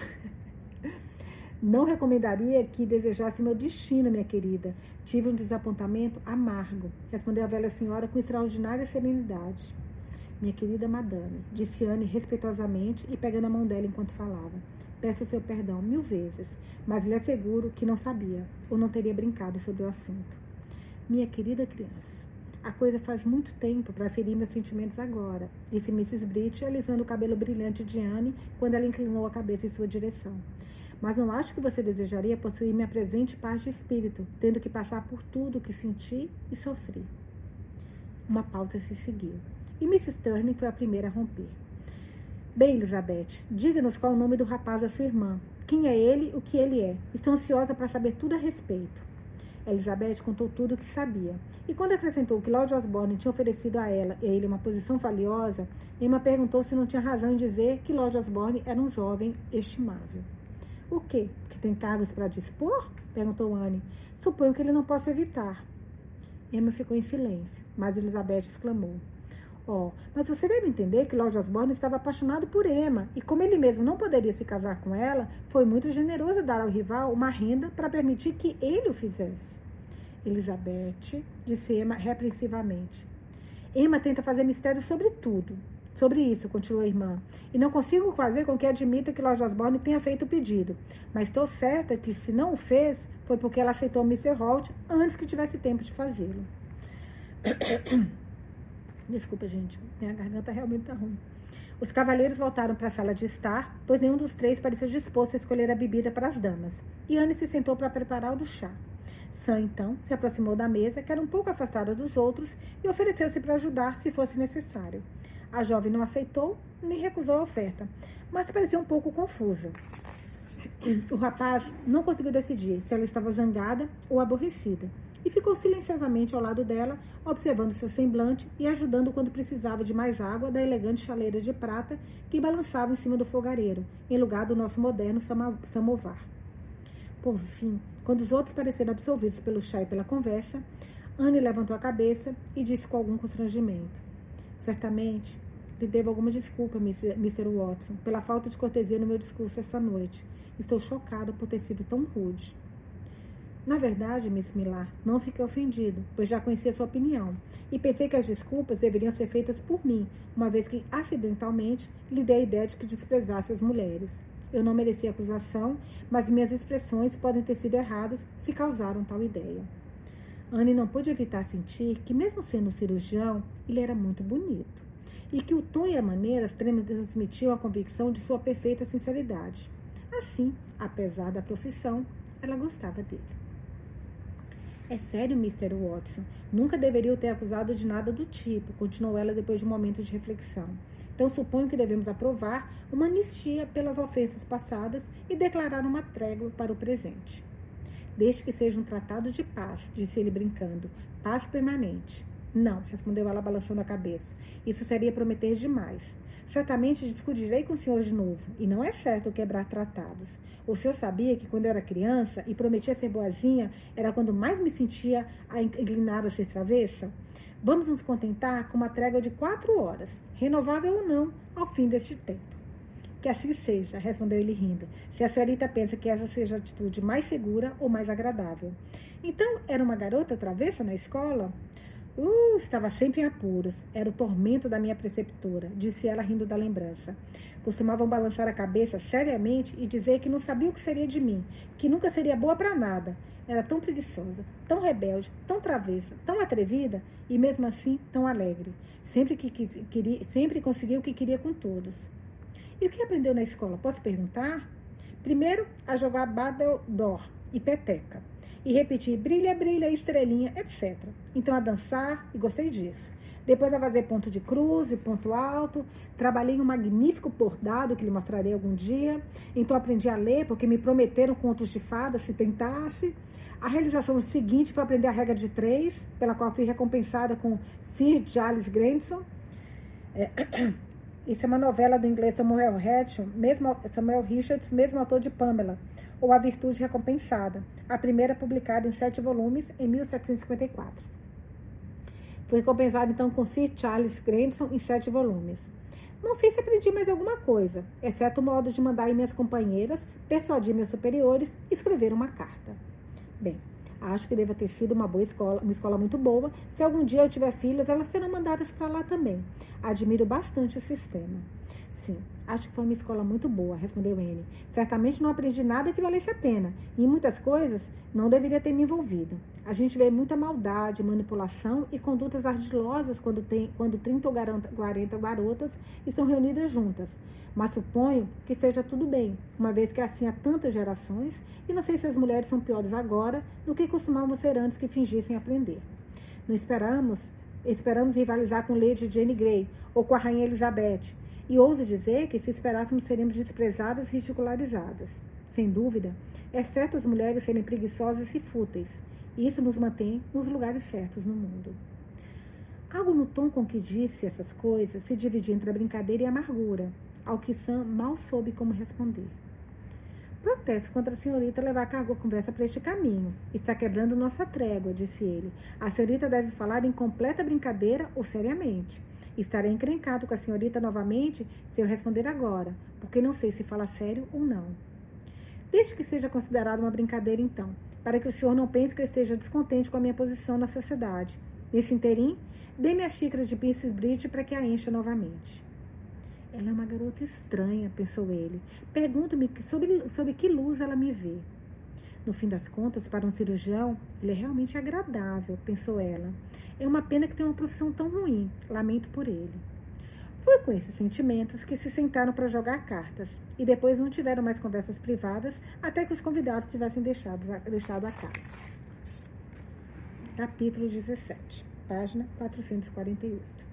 Não recomendaria que desejasse meu destino, minha querida. Tive um desapontamento amargo, respondeu a velha senhora com extraordinária serenidade. Minha querida madame, disse Anne respeitosamente e pegando a mão dela enquanto falava. Peço o seu perdão 1000 vezes, mas lhe asseguro que não sabia ou não teria brincado sobre o assunto. Minha querida criança, a coisa faz muito tempo para ferir meus sentimentos agora, disse Mrs. Brit, alisando o cabelo brilhante de Anne quando ela inclinou a cabeça em sua direção. Mas não acho que você desejaria possuir minha presente paz de espírito, tendo que passar por tudo o que senti e sofri. Uma pausa se seguiu, e Mrs. Turner foi a primeira a romper. Bem, Elizabeth, diga-nos qual é o nome do rapaz da sua irmã. Quem é ele, o que ele é? Estou ansiosa para saber tudo a respeito. Elizabeth contou tudo o que sabia. E quando acrescentou que Lord Osborne tinha oferecido a ela e a ele uma posição valiosa, Emma perguntou se não tinha razão em dizer que Lord Osborne era um jovem estimável. O quê? Que tem cargos para dispor? Perguntou Anne. Suponho que ele não possa evitar. Emma ficou em silêncio, mas Elizabeth exclamou. Mas você deve entender que Lord Osborne estava apaixonado por Emma, e como ele mesmo não poderia se casar com ela, foi muito generoso dar ao rival uma renda para permitir que ele o fizesse. Elizabeth, disse Emma repreensivamente. Emma tenta fazer mistério sobre tudo. Sobre isso, continuou a irmã, e não consigo fazer com que admita que Lord Osborne tenha feito o pedido, mas estou certa que se não o fez, foi porque ela aceitou Mr. Holt antes que tivesse tempo de fazê-lo. Desculpa, gente, minha garganta realmente tá ruim. Os cavalheiros voltaram para a sala de estar, pois nenhum dos três parecia disposto a escolher a bebida para as damas, e Anne se sentou para preparar o do chá. Sam, então, se aproximou da mesa, que era um pouco afastada dos outros, e ofereceu-se para ajudar se fosse necessário. A jovem não aceitou, nem recusou a oferta, mas parecia um pouco confusa. O rapaz não conseguiu decidir se ela estava zangada ou aborrecida, e ficou silenciosamente ao lado dela, observando seu semblante e ajudando quando precisava de mais água da elegante chaleira de prata que balançava em cima do fogareiro, em lugar do nosso moderno samovar. Por fim, quando os outros pareceram absorvidos pelo chá e pela conversa, Anne levantou a cabeça e disse com algum constrangimento. Certamente, lhe devo alguma desculpa, Mr. Watson, pela falta de cortesia no meu discurso esta noite. Estou chocada por ter sido tão rude. Na verdade, Miss Millar, não fiquei ofendido, pois já conhecia sua opinião, e pensei que as desculpas deveriam ser feitas por mim, uma vez que, acidentalmente, lhe dei a ideia de que desprezasse as mulheres. Eu não merecia acusação, mas minhas expressões podem ter sido erradas se causaram tal ideia. Anne não pôde evitar sentir que, mesmo sendo cirurgião, ele era muito bonito, e que o tom e a maneira transmitiam a convicção de sua perfeita sinceridade. Assim, apesar da profissão, ela gostava dele. É sério, Mr. Watson. Nunca deveria ter acusado de nada do tipo, continuou ela depois de um momento de reflexão. Então suponho que devemos aprovar uma anistia pelas ofensas passadas e declarar uma trégua para o presente. Desde que seja um tratado de paz, disse ele brincando. Paz permanente. Não, respondeu ela balançando a cabeça. Isso seria prometer demais. Certamente discutirei com o senhor de novo, e não é certo quebrar tratados. O senhor sabia que quando eu era criança e prometia ser boazinha, era quando mais me sentia inclinada a ser travessa? Vamos nos contentar com uma trégua de 4 horas, renovável ou não, ao fim deste tempo. Que assim seja, respondeu ele rindo, se a senhorita pensa que essa seja a atitude mais segura ou mais agradável. Então, era uma garota travessa na escola? Estava sempre em apuros. Era o tormento da minha preceptora, disse ela rindo da lembrança. Costumavam balançar a cabeça seriamente e dizer que não sabia o que seria de mim, que nunca seria boa para nada. Era tão preguiçosa, tão rebelde, tão travessa, tão atrevida e mesmo assim tão alegre. Sempre conseguiu o que queria com todos. E o que aprendeu na escola? Posso perguntar? Primeiro, a jogar battledore e peteca. E repetir brilha, brilha, estrelinha, etc. Então a dançar, e gostei disso. Depois a fazer ponto de cruz e ponto alto. Trabalhei em um magnífico bordado que lhe mostrarei algum dia. Então aprendi a ler, porque me prometeram contos de fadas se tentasse. A realização seguinte foi aprender a regra de 3, pela qual fui recompensada com Sir Giles Grandison. Isso é uma novela do inglês Samuel Richards, mesmo autor de Pamela, ou A Virtude Recompensada, a primeira publicada em 7 volumes em 1754. Fui recompensada então com Sir Charles Grandison em 7 volumes. Não sei se aprendi mais alguma coisa, exceto o modo de mandar em minhas companheiras, persuadir meus superiores e escrever uma carta. Bem, acho que deva ter sido uma boa escola, uma escola muito boa. Se algum dia eu tiver filhas, elas serão mandadas para lá também. Admiro bastante o sistema. Sim, acho que foi uma escola muito boa, respondeu Anne. Certamente não aprendi nada que valesse a pena. E em muitas coisas não deveria ter me envolvido. A gente vê muita maldade, manipulação e condutas ardilosas quando 30 ou 40 garotas estão reunidas juntas. Mas suponho que esteja tudo bem, uma vez que é assim há tantas gerações, e não sei se as mulheres são piores agora do que costumavam ser antes que fingissem aprender. Não esperamos rivalizar com Lady Jane Grey ou com a Rainha Elizabeth, e ouso dizer que se esperássemos seríamos desprezadas e ridicularizadas. Sem dúvida, é certo as mulheres serem preguiçosas e fúteis, e isso nos mantém nos lugares certos no mundo. Algo no tom com que disse essas coisas se dividia entre a brincadeira e a amargura, ao que Sam mal soube como responder. Protesto contra a senhorita levar a conversa para este caminho. Está quebrando nossa trégua, disse ele. A senhorita deve falar em completa brincadeira ou seriamente. Estarei encrencado com a senhorita novamente se eu responder agora, porque não sei se fala sério ou não. Deixe que seja considerada uma brincadeira, então, para que o senhor não pense que eu esteja descontente com a minha posição na sociedade. Nesse interim, dê-me a xícara de Bridge para que a encha novamente. Ela é uma garota estranha, pensou ele. Pergunto-me sob que luz ela me vê. No fim das contas, para um cirurgião, ele é realmente agradável, pensou ela. É uma pena que tenha uma profissão tão ruim. Lamento por ele. Foi com esses sentimentos que se sentaram para jogar cartas, e depois não tiveram mais conversas privadas até que os convidados tivessem deixado a casa. Capítulo 17, página 448.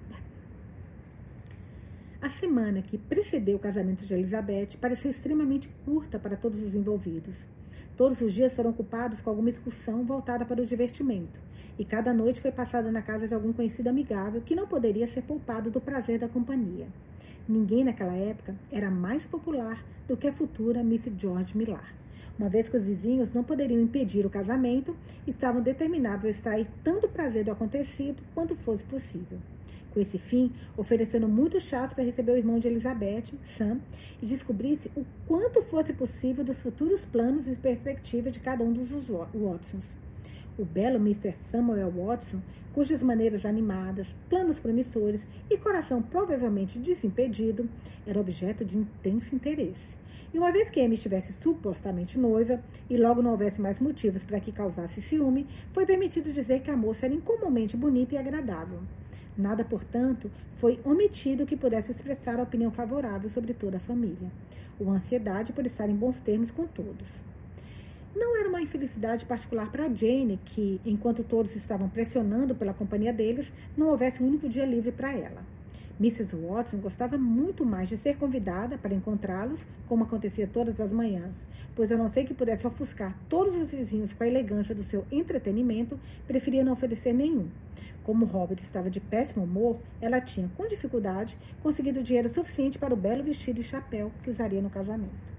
A semana que precedeu o casamento de Elizabeth pareceu extremamente curta para todos os envolvidos. Todos os dias foram ocupados com alguma excursão voltada para o divertimento, e cada noite foi passada na casa de algum conhecido amigável que não poderia ser poupado do prazer da companhia. Ninguém naquela época era mais popular do que a futura Miss George Millar. Uma vez que os vizinhos não poderiam impedir o casamento, estavam determinados a extrair tanto prazer do acontecido quanto fosse possível. Com esse fim, oferecendo muitos chás para receber o irmão de Elizabeth, Sam, e descobrisse o quanto fosse possível dos futuros planos e perspectivas de cada um dos Watsons. O belo Mr. Samuel Watson, cujas maneiras animadas, planos promissores e coração provavelmente desimpedido, era objeto de intenso interesse. E uma vez que Amy estivesse supostamente noiva, e logo não houvesse mais motivos para que causasse ciúme, foi permitido dizer que a moça era incomumente bonita e agradável. Nada, portanto, foi omitido que pudesse expressar a opinião favorável sobre toda a família, ou a ansiedade por estar em bons termos com todos. Não era uma infelicidade particular para Jane que, enquanto todos estavam pressionando pela companhia deles, não houvesse um único dia livre para ela. Mrs. Watson gostava muito mais de ser convidada para encontrá-los, como acontecia todas as manhãs, pois a não ser que pudesse ofuscar todos os vizinhos com a elegância do seu entretenimento, preferia não oferecer nenhum. Como Robert estava de péssimo humor, ela tinha, com dificuldade, conseguido dinheiro suficiente para o belo vestido e chapéu que usaria no casamento.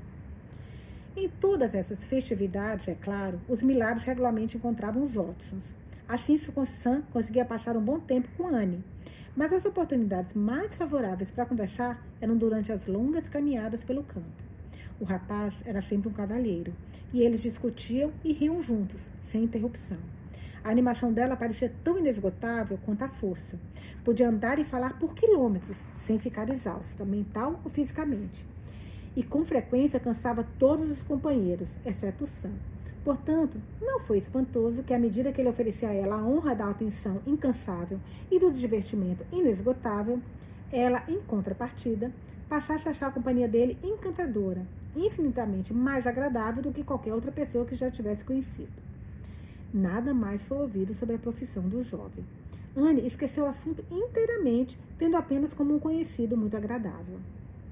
Em todas essas festividades, é claro, os milagres regularmente encontravam os Watsons. Assim, Sam conseguia passar um bom tempo com Anne, mas as oportunidades mais favoráveis para conversar eram durante as longas caminhadas pelo campo. O rapaz era sempre um cavalheiro, e eles discutiam e riam juntos, sem interrupção. A animação dela parecia tão inesgotável quanto a força. Podia andar e falar por quilômetros, sem ficar exausta, mental ou fisicamente. E com frequência cansava todos os companheiros, exceto Sam. Portanto, não foi espantoso que, à medida que ele oferecia a ela a honra da atenção incansável e do divertimento inesgotável, ela, em contrapartida, passasse a achar a companhia dele encantadora, infinitamente mais agradável do que qualquer outra pessoa que já tivesse conhecido. Nada mais foi ouvido sobre a profissão do jovem. Anne esqueceu o assunto inteiramente, vendo apenas como um conhecido muito agradável.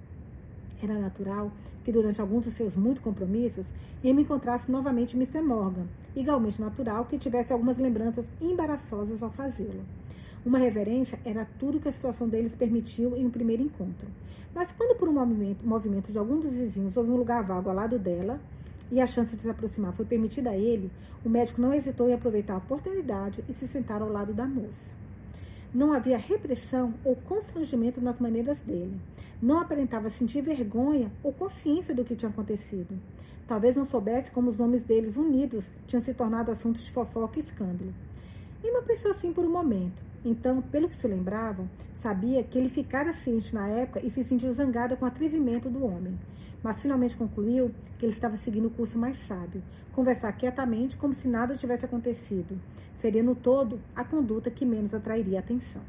Era natural que, durante alguns dos seus muitos compromissos, Amy encontrasse novamente Mr. Morgan, igualmente natural que tivesse algumas lembranças embaraçosas ao fazê-lo. Uma reverência era tudo que a situação deles permitiu em um primeiro encontro. Mas quando, por um movimento de algum dos vizinhos, houve um lugar vago ao lado dela, e a chance de se aproximar foi permitida a ele, o médico não hesitou em aproveitar a oportunidade e se sentar ao lado da moça. Não havia repressão ou constrangimento nas maneiras dele. Não aparentava sentir vergonha ou consciência do que tinha acontecido. Talvez não soubesse como os nomes deles unidos tinham se tornado assuntos de fofoca e escândalo. Emma pensou assim por um momento. Então, pelo que se lembravam, sabia que ele ficara ciente na época e se sentiu zangada com o atrevimento do homem. Mas finalmente concluiu que ele estava seguindo o curso mais sábio, conversar quietamente como se nada tivesse acontecido. Seria, no todo, a conduta que menos atrairia a atenção.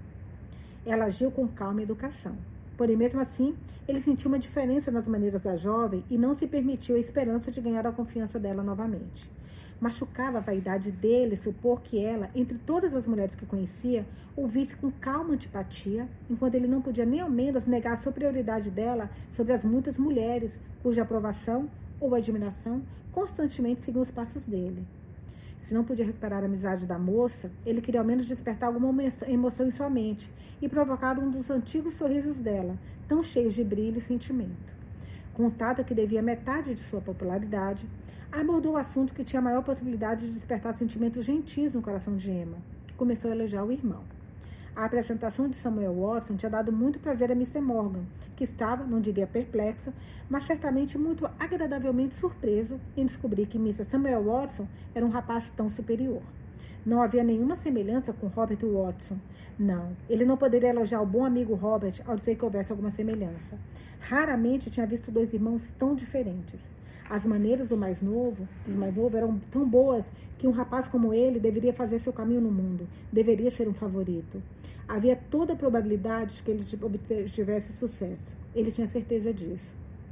Ela agiu com calma e educação. Porém, mesmo assim, ele sentiu uma diferença nas maneiras da jovem e não se permitiu a esperança de ganhar a confiança dela novamente. Machucava a vaidade dele supor que ela, entre todas as mulheres que conhecia, ouvisse com calma antipatia, enquanto ele não podia nem ao menos negar a superioridade dela sobre as muitas mulheres cuja aprovação ou admiração constantemente seguiam os passos dele. Se não podia recuperar a amizade da moça, ele queria ao menos despertar alguma emoção em sua mente e provocar um dos antigos sorrisos dela, tão cheios de brilho e sentimento. Contado que devia metade de sua popularidade, abordou o assunto que tinha a maior possibilidade de despertar sentimentos gentis no coração de Emma. Começou a elogiar o irmão. A apresentação de Samuel Watson tinha dado muito prazer a Mr. Morgan, que estava, não diria perplexo, mas certamente muito agradavelmente surpreso em descobrir que Mr. Samuel Watson era um rapaz tão superior. Não havia nenhuma semelhança com Robert Watson. Não, ele não poderia elogiar o bom amigo Robert ao dizer que houvesse alguma semelhança. Raramente tinha visto dois irmãos tão diferentes. As maneiras do mais novo eram tão boas que um rapaz como ele deveria fazer seu caminho no mundo, deveria ser um favorito. Havia toda a probabilidade de que ele obtivesse sucesso. Ele tinha certeza disso.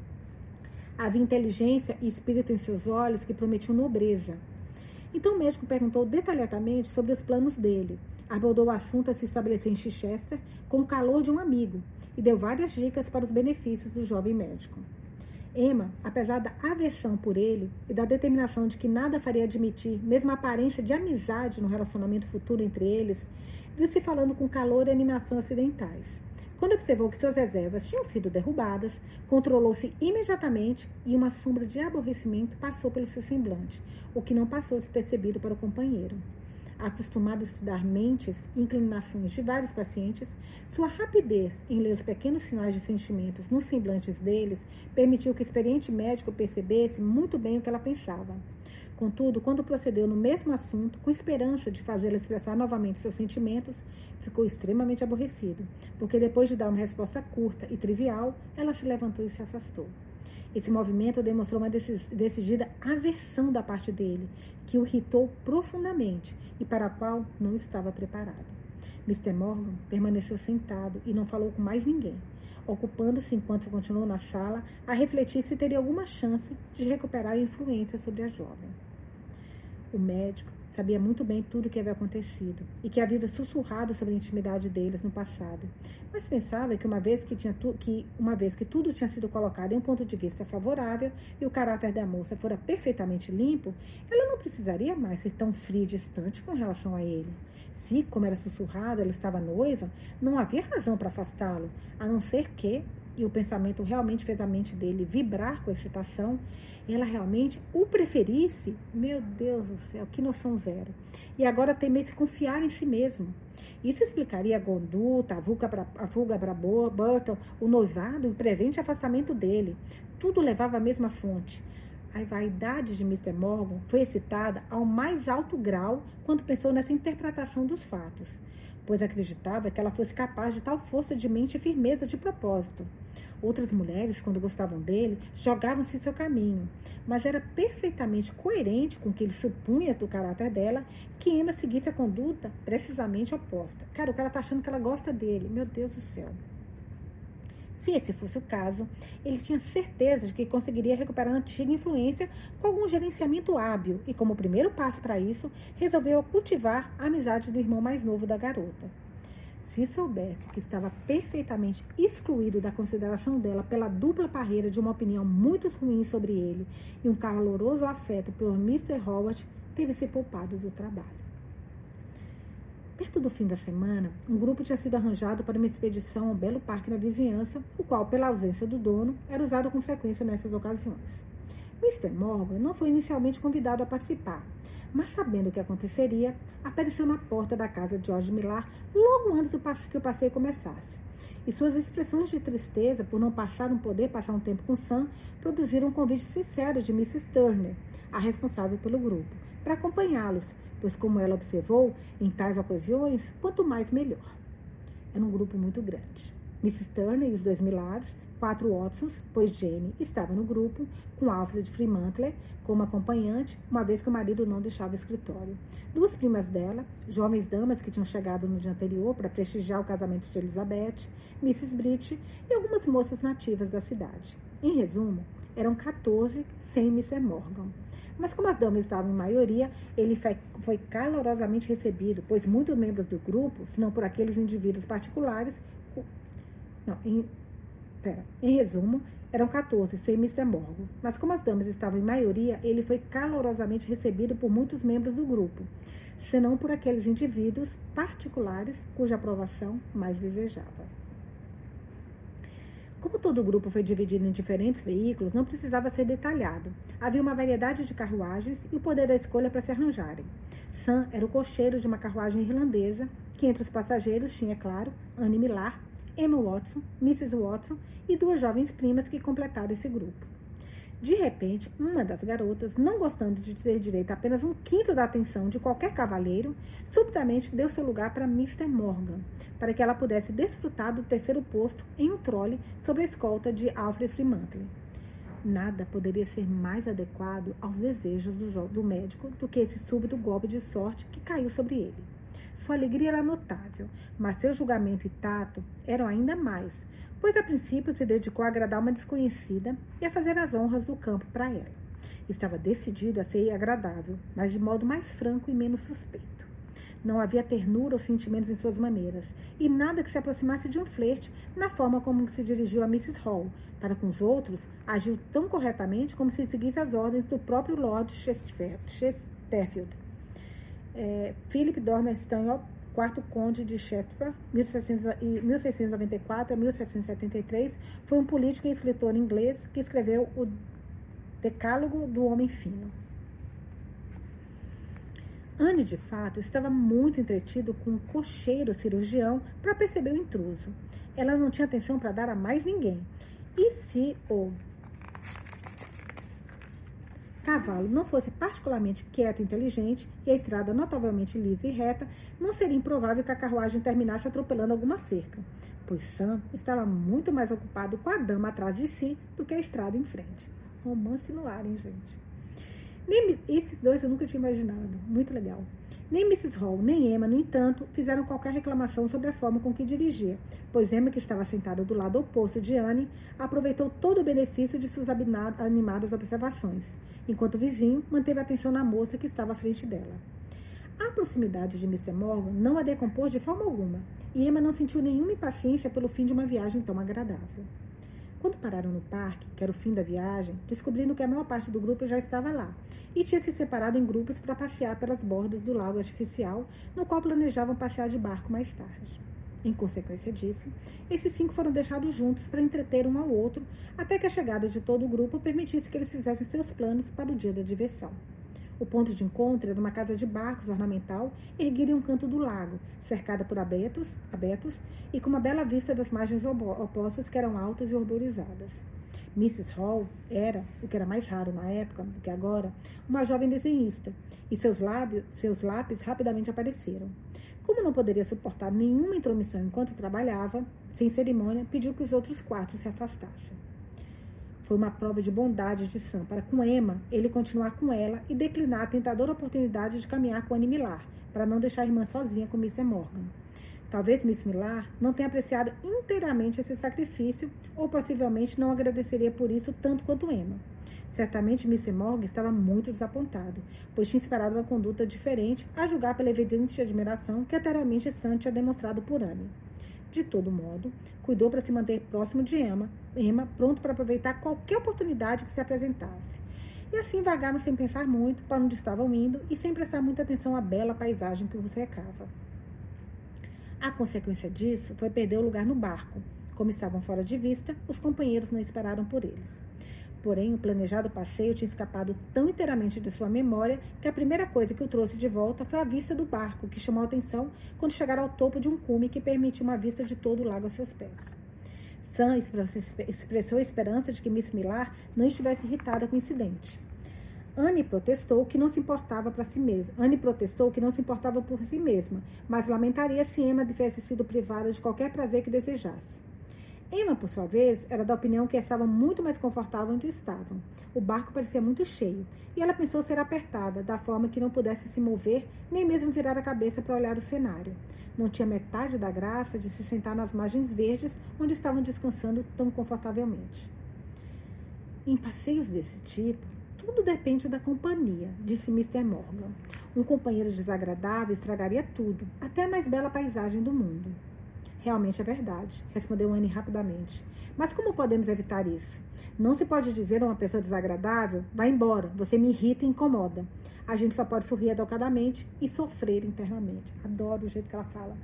Havia inteligência e espírito em seus olhos que prometiam nobreza. Então o médico perguntou detalhadamente sobre os planos dele. Abordou o assunto a se estabelecer em Chichester com o calor de um amigo e deu várias dicas para os benefícios do jovem médico. Emma, apesar da aversão por ele e da determinação de que nada faria admitir, mesmo a aparência de amizade no relacionamento futuro entre eles, viu-se falando com calor e animação ocidentais. Quando observou que suas reservas tinham sido derrubadas, controlou-se imediatamente e uma sombra de aborrecimento passou pelo seu semblante, o que não passou despercebido para o companheiro. acostumado a estudar mentes e inclinações de vários pacientes, sua rapidez em ler os pequenos sinais de sentimentos nos semblantes deles permitiu que o experiente médico percebesse muito bem o que ela pensava. Contudo, quando procedeu no mesmo assunto, com esperança de fazê-la expressar novamente seus sentimentos, ficou extremamente aborrecido, porque depois de dar uma resposta curta e trivial, ela se levantou e se afastou. Esse movimento demonstrou uma decidida aversão da parte dele, que o irritou profundamente e para a qual não estava preparado. Mr. Morgan permaneceu sentado e não falou com mais ninguém, ocupando-se, enquanto continuou na sala, a refletir se teria alguma chance de recuperar a influência sobre a jovem. O médico sabia muito bem tudo o que havia acontecido e que havia sussurrado sobre a intimidade deles no passado, mas pensava que uma vez que tudo tinha sido colocado em um ponto de vista favorável e o caráter da moça fora perfeitamente limpo, ela não precisaria mais ser tão fria e distante com relação a ele. Se, como era sussurrado, ela estava noiva, não havia razão para afastá-lo, a não ser que, e o pensamento realmente fez a mente dele vibrar com excitação, ela realmente o preferisse. Meu Deus do céu, que noção zero. E agora temesse confiar em si mesmo. Isso explicaria a conduta, a fuga para Burton, o noivado e o presente afastamento dele. Tudo levava à mesma fonte. A vaidade de Mr. Morgan foi excitada ao mais alto grau quando pensou nessa interpretação dos fatos, pois acreditava que ela fosse capaz de tal força de mente e firmeza de propósito. Outras mulheres, quando gostavam dele, jogavam-se em seu caminho, mas era perfeitamente coerente com o que ele supunha do caráter dela que Emma seguisse a conduta precisamente oposta. Cara, o cara tá achando que ela gosta dele. Meu Deus do céu. Se esse fosse o caso, ele tinha certeza de que conseguiria recuperar a antiga influência com algum gerenciamento hábil e, como primeiro passo para isso, resolveu cultivar a amizade do irmão mais novo da garota. Se soubesse que estava perfeitamente excluído da consideração dela pela dupla barreira de uma opinião muito ruim sobre ele e um caloroso afeto por Mr. Howard, teria se poupado do trabalho. Perto do fim da semana, um grupo tinha sido arranjado para uma expedição a um belo parque na vizinhança, o qual, pela ausência do dono, era usado com frequência nessas ocasiões. Mr. Morgan não foi inicialmente convidado a participar, mas sabendo o que aconteceria, apareceu na porta da casa de George Millar logo antes que o passeio começasse. E suas expressões de tristeza por não poder passar um tempo com Sam produziram um convite sincero de Mrs. Turner, a responsável pelo grupo, para acompanhá-los, pois, como ela observou, em tais ocasiões, quanto mais melhor. Era um grupo muito grande. Mrs. Turner e os 2 Millars, 4 Watsons, pois Jane estava no grupo, com Alfred Fremantle como acompanhante, uma vez que o marido não deixava o escritório. 2 primas dela, jovens damas que tinham chegado no dia anterior para prestigiar o casamento de Elizabeth, Mrs. Bridge e algumas moças nativas da cidade. Em resumo, eram 14 sem Mr. Morgan. Mas como as damas estavam em maioria, ele foi calorosamente recebido, pois muitos membros do grupo, se não por aqueles indivíduos particulares... Em resumo, eram 14, sem Mr. Morgan. Mas como as damas estavam em maioria, ele foi calorosamente recebido por muitos membros do grupo, senão por aqueles indivíduos particulares cuja aprovação mais desejava. Como todo o grupo foi dividido em diferentes veículos, não precisava ser detalhado. Havia uma variedade de carruagens e o poder da escolha para se arranjarem. Sam era o cocheiro de uma carruagem irlandesa, que entre os passageiros tinha, claro, Anne Millar, Emma Watson, Mrs. Watson e 2 jovens primas que completaram esse grupo. De repente, uma das garotas, não gostando de ter direito a apenas 1/5 da atenção de qualquer cavaleiro, subitamente deu seu lugar para Mr. Morgan, para que ela pudesse desfrutar do 3º posto em um trole sob a escolta de Alfred Fremantle. Nada poderia ser mais adequado aos desejos do médico do que esse súbito golpe de sorte que caiu sobre ele. Sua alegria era notável, mas seu julgamento e tato eram ainda mais, pois a princípio se dedicou a agradar uma desconhecida e a fazer as honras do campo para ela. Estava decidido a ser agradável, mas de modo mais franco e menos suspeito. Não havia ternura ou sentimentos em suas maneiras, e nada que se aproximasse de um flerte na forma como se dirigiu a Mrs. Hall. Para com os outros, agiu tão corretamente como se seguisse as ordens do próprio Lord Chesterfield. Philip Dormer Stanhope, 4º Conde de Chesterfield, 1694 a 1773, foi um político e escritor inglês que escreveu o Decálogo do Homem Fino. Anne, de fato, estava muito entretido com um cocheiro cirurgião para perceber o intruso. Ela não tinha atenção para dar a mais ninguém. E se o cavalo não fosse particularmente quieto e inteligente, e a estrada notavelmente lisa e reta, não seria improvável que a carruagem terminasse atropelando alguma cerca, pois Sam estava muito mais ocupado com a dama atrás de si do que a estrada em frente. Romance no ar, hein, gente? Esses dois eu nunca tinha imaginado. Muito legal. Nem Mrs. Hall, nem Emma, no entanto, fizeram qualquer reclamação sobre a forma com que dirigia, pois Emma, que estava sentada do lado oposto de Anne, aproveitou todo o benefício de suas animadas observações, enquanto o vizinho manteve a atenção na moça que estava à frente dela. A proximidade de Mr. Morgan não a decompôs de forma alguma, e Emma não sentiu nenhuma impaciência pelo fim de uma viagem tão agradável. Quando pararam no parque, que era o fim da viagem, descobrindo que a maior parte do grupo já estava lá e tinha se separado em grupos para passear pelas bordas do lago artificial, no qual planejavam passear de barco mais tarde. Em consequência disso, esses 5 foram deixados juntos para entreter um ao outro, até que a chegada de todo o grupo permitisse que eles fizessem seus planos para o dia da diversão. O ponto de encontro era uma casa de barcos ornamental erguida em um canto do lago, cercada por abetos e com uma bela vista das margens opostas que eram altas e arborizadas. Mrs. Hall era, o que era mais raro na época do que agora, uma jovem desenhista, e seus lápis rapidamente apareceram. Como não poderia suportar nenhuma intromissão enquanto trabalhava, sem cerimônia, pediu que os outros 4 se afastassem. Foi uma prova de bondade de Sam para com Emma ele continuar com ela e declinar a tentadora oportunidade de caminhar com Anne Millar, para não deixar a irmã sozinha com Mr. Morgan. Talvez Miss Millar não tenha apreciado inteiramente esse sacrifício, ou possivelmente não agradeceria por isso tanto quanto Emma. Certamente Mr. Morgan estava muito desapontado, pois tinha esperado uma conduta diferente, a julgar pela evidente admiração que anteriormente Sam tinha demonstrado por Anne. De todo modo, cuidou para se manter próximo de Emma, pronto para aproveitar qualquer oportunidade que se apresentasse. E assim vagaram sem pensar muito para onde estavam indo e sem prestar muita atenção à bela paisagem que os cercava. A consequência disso foi perder o lugar no barco. Como estavam fora de vista, os companheiros não esperaram por eles. Porém, o planejado passeio tinha escapado tão inteiramente de sua memória que a primeira coisa que o trouxe de volta foi a vista do barco, que chamou a atenção quando chegaram ao topo de um cume que permitia uma vista de todo o lago a seus pés. Sam expressou a esperança de que Miss Millar não estivesse irritada com o incidente. Anne protestou que não se importava por si mesma, mas lamentaria se Emma tivesse sido privada de qualquer prazer que desejasse. Emma, por sua vez, era da opinião que estava muito mais confortável onde estavam. O barco parecia muito cheio, e ela pensou ser apertada, da forma que não pudesse se mover, nem mesmo virar a cabeça para olhar o cenário. Não tinha metade da graça de se sentar nas margens verdes, onde estavam descansando tão confortavelmente. Em passeios desse tipo, tudo depende da companhia, disse Mr. Morgan. Um companheiro desagradável estragaria tudo, até a mais bela paisagem do mundo. Realmente é verdade, respondeu Anne rapidamente. Mas como podemos evitar isso? Não se pode dizer a uma pessoa desagradável, vá embora, você me irrita e incomoda. A gente só pode sorrir educadamente e sofrer internamente. Adoro o jeito que ela fala.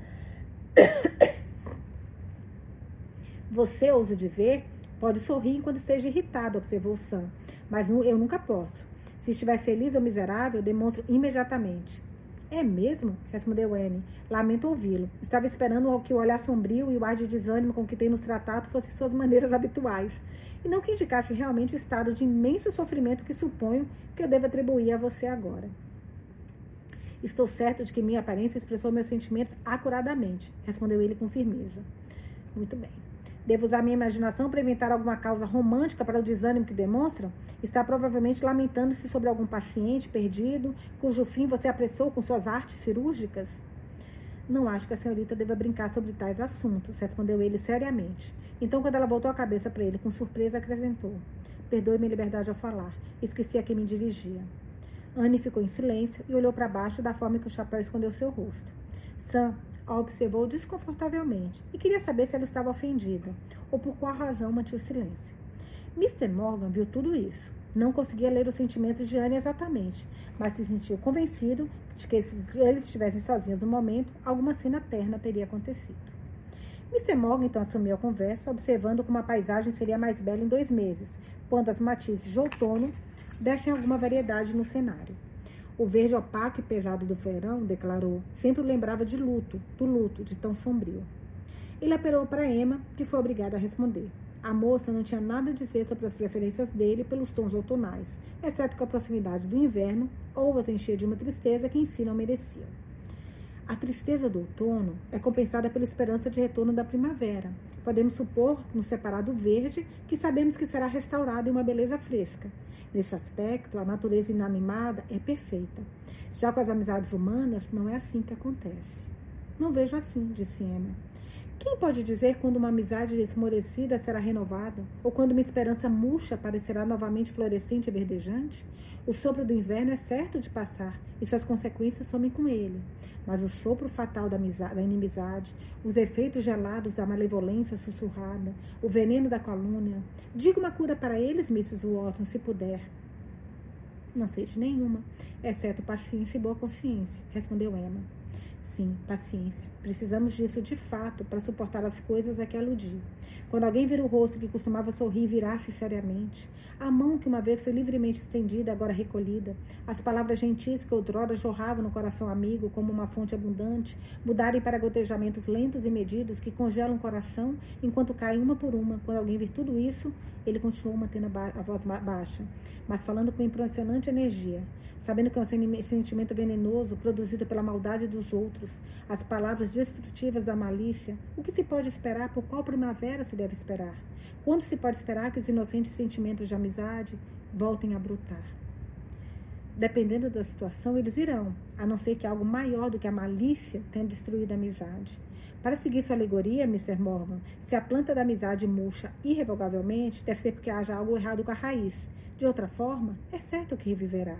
Você, ouso dizer, pode sorrir enquanto esteja irritado, observou Sam, mas eu nunca posso. Se estiver feliz ou miserável, eu demonstro imediatamente. É mesmo? Respondeu Anne. Lamento ouvi-lo. Estava esperando que o olhar sombrio e o ar de desânimo com que tem nos tratado fossem suas maneiras habituais, e não que indicasse realmente o estado de imenso sofrimento que suponho que eu devo atribuir a você agora. Estou certo de que minha aparência expressou meus sentimentos acuradamente, respondeu ele com firmeza. Muito bem. Devo usar minha imaginação para inventar alguma causa romântica para o desânimo que demonstram? Está provavelmente lamentando-se sobre algum paciente perdido, cujo fim você apressou com suas artes cirúrgicas? Não acho que a senhorita deva brincar sobre tais assuntos, respondeu ele seriamente. Então, quando ela voltou a cabeça para ele com surpresa, acrescentou. Perdoe minha liberdade ao falar. Esqueci a quem me dirigia. Anne ficou em silêncio e olhou para baixo da forma que o chapéu escondeu seu rosto. Sam a observou desconfortavelmente e queria saber se ela estava ofendida ou por qual razão mantinha o silêncio. Mr. Morgan viu tudo isso. Não conseguia ler os sentimentos de Anne exatamente, mas se sentiu convencido de que se eles estivessem sozinhos no momento, alguma cena terna teria acontecido. Mr. Morgan então assumiu a conversa, observando como a paisagem seria mais bela em 2 meses, quando as matizes de outono dessem alguma variedade no cenário. O verde opaco e pesado do verão, declarou, sempre o lembrava do luto, de tão sombrio. Ele apelou para Emma, que foi obrigada a responder. A moça não tinha nada a dizer sobre as preferências dele pelos tons outonais, exceto que a proximidade do inverno ou as enchia de uma tristeza que em si não merecia. A tristeza do outono é compensada pela esperança de retorno da primavera. Podemos supor, no separado verde, que sabemos que será restaurado em uma beleza fresca. Nesse aspecto, a natureza inanimada é perfeita. Já com as amizades humanas, não é assim que acontece. Não vejo assim, disse Emma. Quem pode dizer quando uma amizade esmorecida será renovada? Ou quando uma esperança murcha aparecerá novamente florescente e verdejante? O sopro do inverno é certo de passar, e suas consequências somem com ele. Mas o sopro fatal da inimizade, os efeitos gelados da malevolência sussurrada, o veneno da calúnia... Diga uma cura para eles, Mrs. Watson, se puder. Não sei de nenhuma, exceto paciência e boa consciência, respondeu Emma. Sim, paciência. Precisamos disso de fato para suportar as coisas a que aludi. Quando alguém vira o rosto que costumava sorrir virar-se seriamente, a mão que uma vez foi livremente estendida, agora recolhida, as palavras gentis que outrora jorravam no coração amigo como uma fonte abundante, mudarem para gotejamentos lentos e medidos que congelam o coração enquanto caem uma por uma. Quando alguém vir tudo isso, ele continuou mantendo a voz baixa, mas falando com impressionante energia, sabendo que é um sentimento venenoso produzido pela maldade dos outros, as palavras destrutivas da malícia. O que se pode esperar? Por qual primavera se deve esperar? Quando se pode esperar que os inocentes sentimentos de amizade voltem a brotar? Dependendo da situação, eles irão, a não ser que algo maior do que a malícia tenha destruído a amizade. Para seguir sua alegoria, Mr. Morgan, se a planta da amizade murcha irrevogavelmente, deve ser porque haja algo errado com a raiz. De outra forma, é certo que reviverá.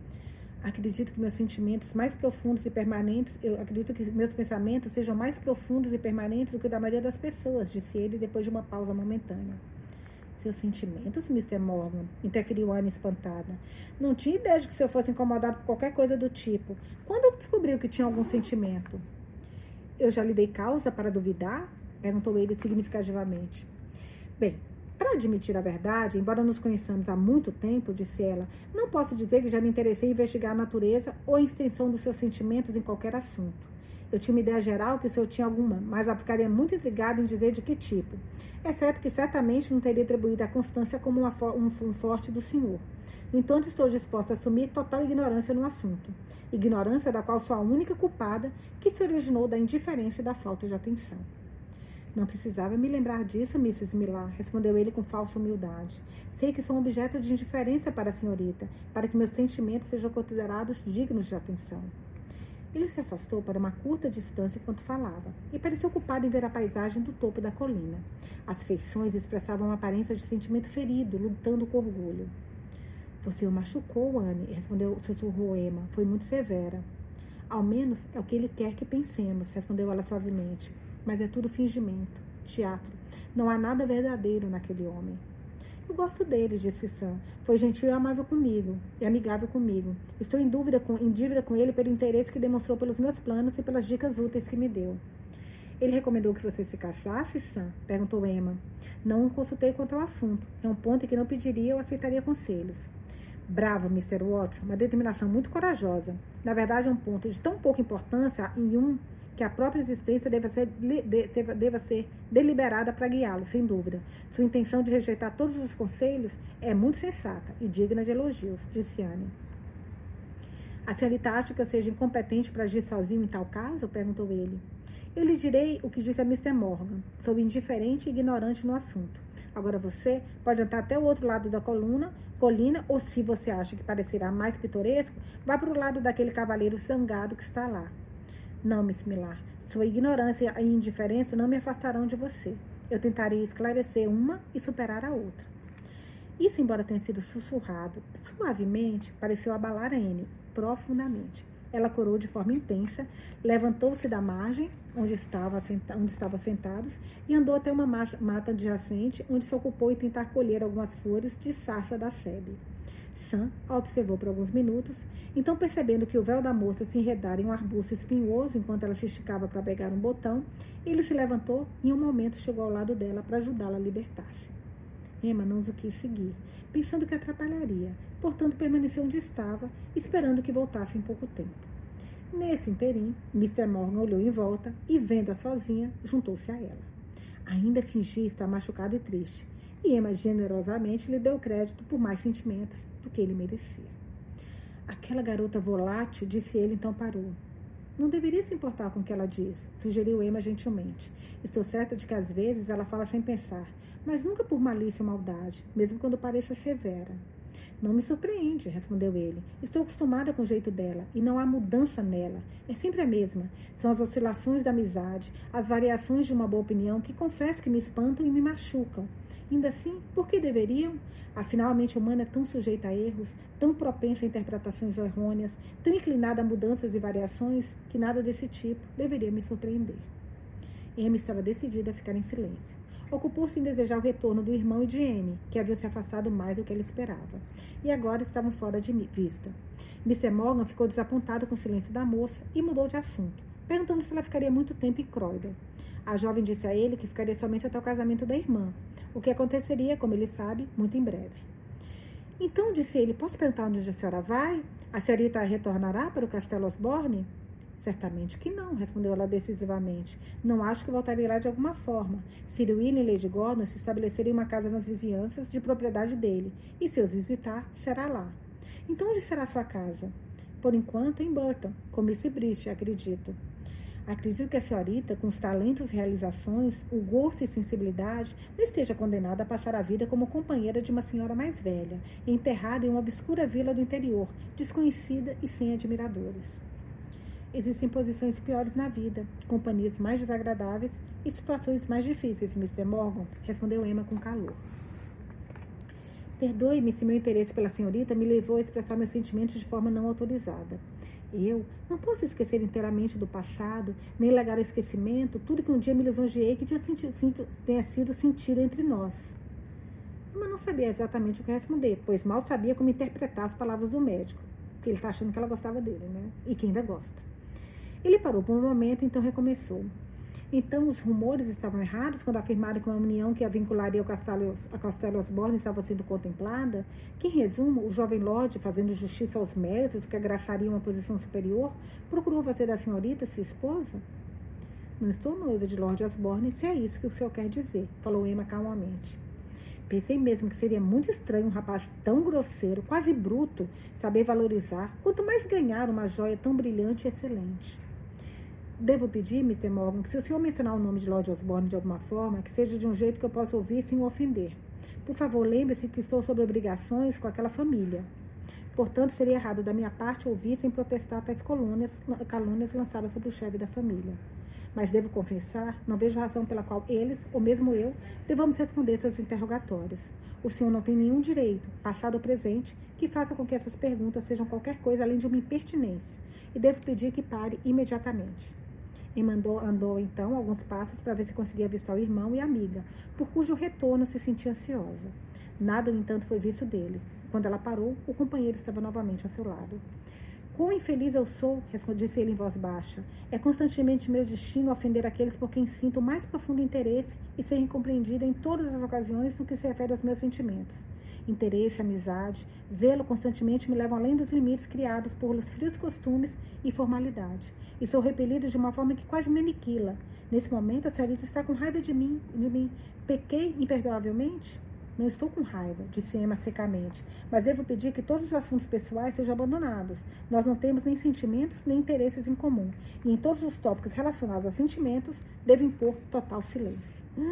Acredito que meus sentimentos mais profundos e permanentes, eu acredito que meus pensamentos sejam mais profundos e permanentes do que o da maioria das pessoas, disse ele depois de uma pausa momentânea. Seus sentimentos, Mr. Morgan? Interferiu Anne espantada. Não tinha ideia de que o senhor fosse incomodado por qualquer coisa do tipo. Quando descobriu que tinha algum sentimento? Eu já lhe dei causa para duvidar? Perguntou ele significativamente. Bem, para admitir a verdade, embora nos conheçamos há muito tempo, disse ela, não posso dizer que já me interessei em investigar a natureza ou a extensão dos seus sentimentos em qualquer assunto. Eu tinha uma ideia geral que o senhor tinha alguma, mas ficaria muito intrigada em dizer de que tipo. É certo que certamente não teria atribuído a constância como um forte do senhor. No entanto, estou disposta a assumir total ignorância no assunto. Ignorância da qual sou a única culpada, que se originou da indiferença e da falta de atenção. Não precisava me lembrar disso, Mrs. Millar, respondeu ele com falsa humildade. Sei que sou um objeto de indiferença para a senhorita, para que meus sentimentos sejam considerados dignos de atenção. Ele se afastou para uma curta distância enquanto falava, e pareceu ocupado em ver a paisagem do topo da colina. As feições expressavam uma aparência de sentimento ferido, lutando com orgulho. Você o machucou, Anne, sussurrou Emma. Foi muito severa. Ao menos é o que ele quer que pensemos, respondeu ela suavemente. Mas é tudo fingimento, teatro. Não há nada verdadeiro naquele homem. Eu gosto dele, disse Sam. Foi gentil e amável comigo, e amigável comigo. Estou em dívida com ele pelo interesse que demonstrou pelos meus planos e pelas dicas úteis que me deu. Ele recomendou que você se casasse, Sam? Perguntou Emma. Não o consultei quanto ao assunto. É um ponto em que não pediria ou aceitaria conselhos. Bravo, Mr. Watson. Uma determinação muito corajosa. Na verdade, é um ponto de tão pouca importância que a própria existência deva ser deliberada para guiá-lo, sem dúvida. Sua intenção de rejeitar todos os conselhos é muito sensata e digna de elogios, disse Anne. A senhorita acha que eu seja incompetente para agir sozinho em tal caso? Perguntou ele. Eu lhe direi o que disse a Mr. Morgan. Sou indiferente e ignorante no assunto. Agora você pode entrar até o outro lado da colina, ou se você acha que parecerá mais pitoresco, vá para o lado daquele cavaleiro zangado que está lá. Não, Miss Millar, sua ignorância e indiferença não me afastarão de você. Eu tentarei esclarecer uma e superar a outra. Isso, embora tenha sido sussurrado suavemente, pareceu abalar a Anne profundamente. Ela corou de forma intensa, levantou-se da margem onde estavam sentados e andou até uma mata adjacente, onde se ocupou em tentar colher algumas flores de sarça da sebe. Sam a observou por alguns minutos, então, percebendo que o véu da moça se enredara em um arbusto espinhoso enquanto ela se esticava para pegar um botão, ele se levantou e em um momento chegou ao lado dela para ajudá-la a libertar-se. Emma não os quis seguir, pensando que atrapalharia, portanto permaneceu onde estava, esperando que voltasse em pouco tempo. Nesse interim, Mr. Morgan olhou em volta e, vendo-a sozinha, juntou-se a ela. Ainda fingia estar machucado e triste, e Emma generosamente lhe deu crédito por mais sentimentos do que ele merecia. Aquela garota volátil, disse ele, então parou. Não deveria se importar com o que ela diz, sugeriu Emma gentilmente. Estou certa de que às vezes ela fala sem pensar, mas nunca por malícia ou maldade, mesmo quando pareça severa. Não me surpreende, respondeu ele. Estou acostumada com o jeito dela, e não há mudança nela. É sempre a mesma. São as oscilações da amizade, as variações de uma boa opinião que confesso que me espantam e me machucam. Ainda assim, por que deveriam? Afinal, a mente humana é tão sujeita a erros, tão propensa a interpretações errôneas, tão inclinada a mudanças e variações, que nada desse tipo deveria me surpreender. Emma estava decidida a ficar em silêncio. Ocupou-se em desejar o retorno do irmão e de Anne, que haviam se afastado mais do que ela esperava, e agora estavam fora de vista. Mr. Morgan ficou desapontado com o silêncio da moça e mudou de assunto, perguntando se ela ficaria muito tempo em Croydon. A jovem disse a ele que ficaria somente até o casamento da irmã, o que aconteceria, como ele sabe, muito em breve. Então, disse ele, posso perguntar onde a senhora vai? A senhorita retornará para o Castelo Osborne? Certamente que não, respondeu ela decisivamente. Não acho que voltaria lá de alguma forma. Sir William e Lady Gordon se estabelecerem em uma casa nas vizinhanças de propriedade dele, e se os visitar, será lá. Então, onde será sua casa? Por enquanto, em Burton, com Miss Brist, acredito. Acredito que a senhorita, com os talentos e realizações, o gosto e sensibilidade, não esteja condenada a passar a vida como companheira de uma senhora mais velha, enterrada em uma obscura vila do interior, desconhecida e sem admiradores. Existem posições piores na vida, companhias mais desagradáveis e situações mais difíceis, Mr. Morgan, respondeu Emma com calor. Perdoe-me se meu interesse pela senhorita me levou a expressar meus sentimentos de forma não autorizada. Eu não posso esquecer inteiramente do passado, nem legar ao esquecimento tudo que um dia me lisonjeei que tenha sido sentido entre nós. Emma não sabia exatamente o que responder, pois mal sabia como interpretar as palavras do médico, porque ele está achando que ela gostava dele, né? E que ainda gosta. Ele parou por um momento, então recomeçou. Então, os rumores estavam errados quando afirmaram que uma união que a vincularia ao Castelo Osborne estava sendo contemplada? Que, em resumo, o jovem lord, fazendo justiça aos méritos que agraçariam uma posição superior, procurou fazer da senhorita sua esposa? Não estou noiva de Lord Osborne, se é isso que o senhor quer dizer, falou Emma calmamente. Pensei mesmo que seria muito estranho um rapaz tão grosseiro, quase bruto, saber valorizar, quanto mais ganhar uma joia tão brilhante e excelente. Devo pedir, Mr. Morgan, que se o senhor mencionar o nome de Lord Osborne de alguma forma, que seja de um jeito que eu possa ouvir sem o ofender. Por favor, lembre-se que estou sob obrigações com aquela família. Portanto, seria errado da minha parte ouvir sem protestar tais calúnias lançadas sobre o chefe da família. Mas devo confessar, não vejo razão pela qual eles, ou mesmo eu, devamos responder seus interrogatórios. O senhor não tem nenhum direito, passado ou presente, que faça com que essas perguntas sejam qualquer coisa além de uma impertinência, e devo pedir que pare imediatamente. Emma andou então alguns passos para ver se conseguia avistar o irmão e a amiga, por cujo retorno se sentia ansiosa. Nada, no entanto, foi visto deles. Quando ela parou, o companheiro estava novamente ao seu lado. Quão infeliz eu sou, disse ele em voz baixa. É constantemente meu destino ofender aqueles por quem sinto o mais profundo interesse e ser incompreendida em todas as ocasiões no que se refere aos meus sentimentos. Interesse, amizade, zelo constantemente me levam além dos limites criados por os frios costumes e formalidade. E sou repelida de uma forma que quase me aniquila. Nesse momento, a senhorita está com raiva de mim. Pequei imperdoavelmente? Não estou com raiva, disse Emma secamente, mas devo pedir que todos os assuntos pessoais sejam abandonados. Nós não temos nem sentimentos, nem interesses em comum. E em todos os tópicos relacionados aos sentimentos, devo impor total silêncio.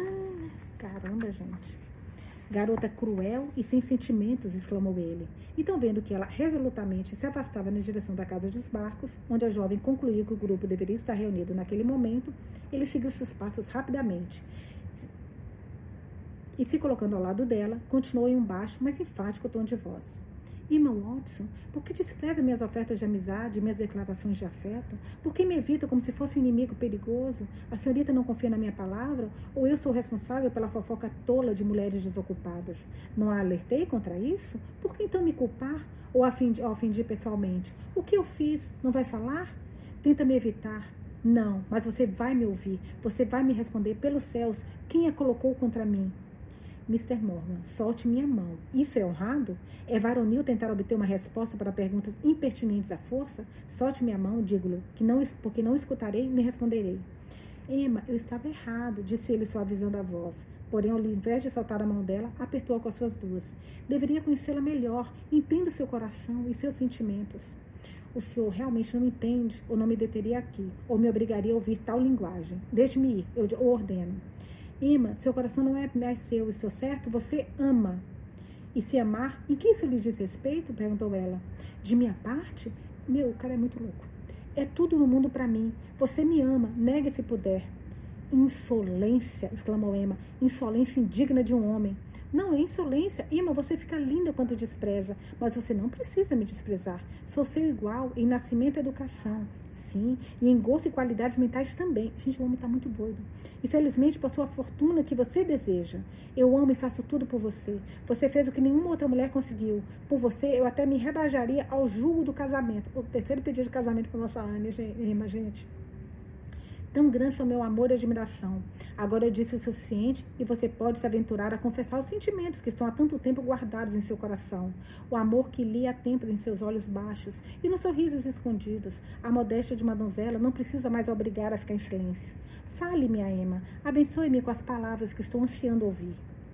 Caramba, gente. Garota cruel e sem sentimentos, exclamou ele. Então, vendo que ela resolutamente se afastava na direção da casa dos barcos, onde a jovem concluiu que o grupo deveria estar reunido naquele momento, ele seguiu seus passos rapidamente. E, se colocando ao lado dela, continuou em um baixo, mas enfático tom de voz. Irmão Watson, por que despreza minhas ofertas de amizade e minhas declarações de afeto? Por que me evita como se fosse um inimigo perigoso? A senhorita não confia na minha palavra? Ou eu sou responsável pela fofoca tola de mulheres desocupadas? Não a alertei contra isso? Por que então me culpar? Ou a ofendi pessoalmente? O que eu fiz? Não vai falar? Tenta me evitar. Não, mas você vai me ouvir. Você vai me responder pelos céus quem a colocou contra mim. Mr. Morgan, solte minha mão. Isso é honrado? É varonil tentar obter uma resposta para perguntas impertinentes à força? Solte minha mão, digo-lhe, porque não escutarei nem responderei. Emma, eu estava errado, disse ele suavizando a voz. Porém, ao invés de soltar a mão dela, apertou-a com as suas duas. Deveria conhecê-la melhor. Entenda o seu coração e seus sentimentos. O senhor realmente não me entende, ou não me deteria aqui, ou me obrigaria a ouvir tal linguagem. Deixe-me ir, eu ordeno. Emma, seu coração não é mais seu, estou certo? Você ama. E se amar, em que isso lhe diz respeito? Perguntou ela. De minha parte? Meu, o cara é muito louco. É tudo no mundo para mim. Você me ama, negue se puder. Insolência, exclamou Emma. Insolência indigna de um homem. Não é insolência. Emma, você fica linda quando despreza, mas você não precisa me desprezar. Sou seu igual em nascimento e educação. Sim, e em gosto e qualidades mentais também. Gente, o homem está muito doido. Infelizmente, possui a fortuna que você deseja. Eu amo e faço tudo por você. Você fez o que nenhuma outra mulher conseguiu. Por você, eu até me rebaixaria ao julgo do casamento. O terceiro pedido de casamento para nossa Emma, gente. Tão grande são meu amor e admiração. Agora eu disse o suficiente e você pode se aventurar a confessar os sentimentos que estão há tanto tempo guardados em seu coração. O amor que lia há tempos em seus olhos baixos e nos sorrisos escondidos. A modéstia de uma donzela não precisa mais obrigar a ficar em silêncio. Fale, minha Emma. Abençoe-me com as palavras que estou ansiando ouvir.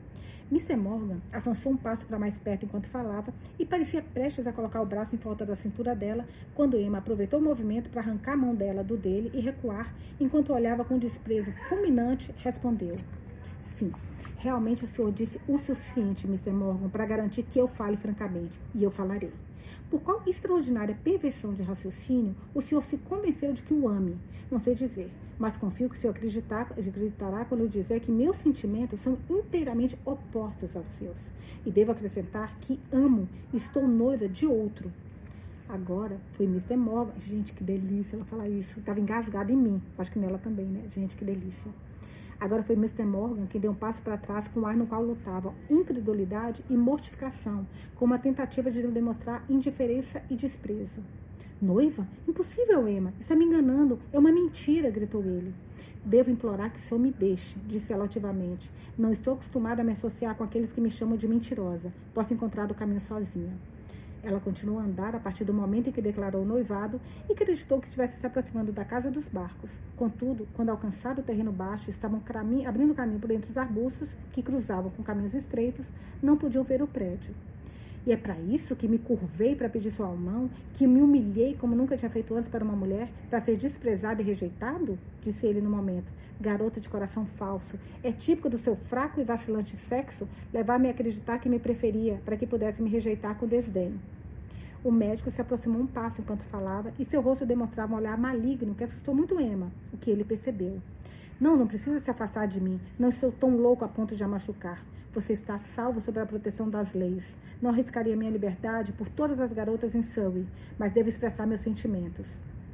Mr. Morgan avançou um passo para mais perto enquanto falava e parecia prestes a colocar o braço em volta da cintura dela, quando Emma aproveitou o movimento para arrancar a mão dela do dele e recuar, enquanto olhava com desprezo fulminante, respondeu. Sim, realmente o senhor disse o suficiente, Mr. Morgan, para garantir que eu fale francamente, e eu falarei. Por qual extraordinária perversão de raciocínio o senhor se convenceu de que o ame? Não sei dizer, mas confio que o senhor acreditará quando eu dizer que meus sentimentos são inteiramente opostos aos seus. E devo acrescentar que amo, estou noiva de outro. Agora foi Mr. Morgan. Gente, que delícia ela falar isso. Estava engasgada em mim. Acho que nela também, né? Gente, que delícia. Agora foi Mr. Morgan que deu um passo para trás com o ar no qual lutavam incredulidade e mortificação, com uma tentativa de demonstrar indiferença e desprezo. Noiva? Impossível, Emma. Está me enganando. É uma mentira, gritou ele. Devo implorar que o senhor me deixe, disse ela altivamente. Não estou acostumada a me associar com aqueles que me chamam de mentirosa. Posso encontrar o caminho sozinha. Ela continuou a andar a partir do momento em que declarou o noivado e acreditou que estivesse se aproximando da casa dos barcos. Contudo, quando alcançaram o terreno baixo, estavam abrindo caminho por entre os arbustos que cruzavam com caminhos estreitos, não podiam ver o prédio. E é para isso que me curvei para pedir sua mão, que me humilhei como nunca tinha feito antes para uma mulher, para ser desprezado e rejeitado? Disse ele no momento. Garota de coração falso, é típico do seu fraco e vacilante sexo levar-me a acreditar que me preferia, para que pudesse me rejeitar com desdém. O médico se aproximou um passo enquanto falava e seu rosto demonstrava um olhar maligno que assustou muito Emma, o que ele percebeu. Não precisa se afastar de mim. Não estou tão louco a ponto de a machucar. Você está salvo sob a proteção das leis. Não arriscaria minha liberdade por todas as garotas em Surrey, mas devo expressar meus sentimentos.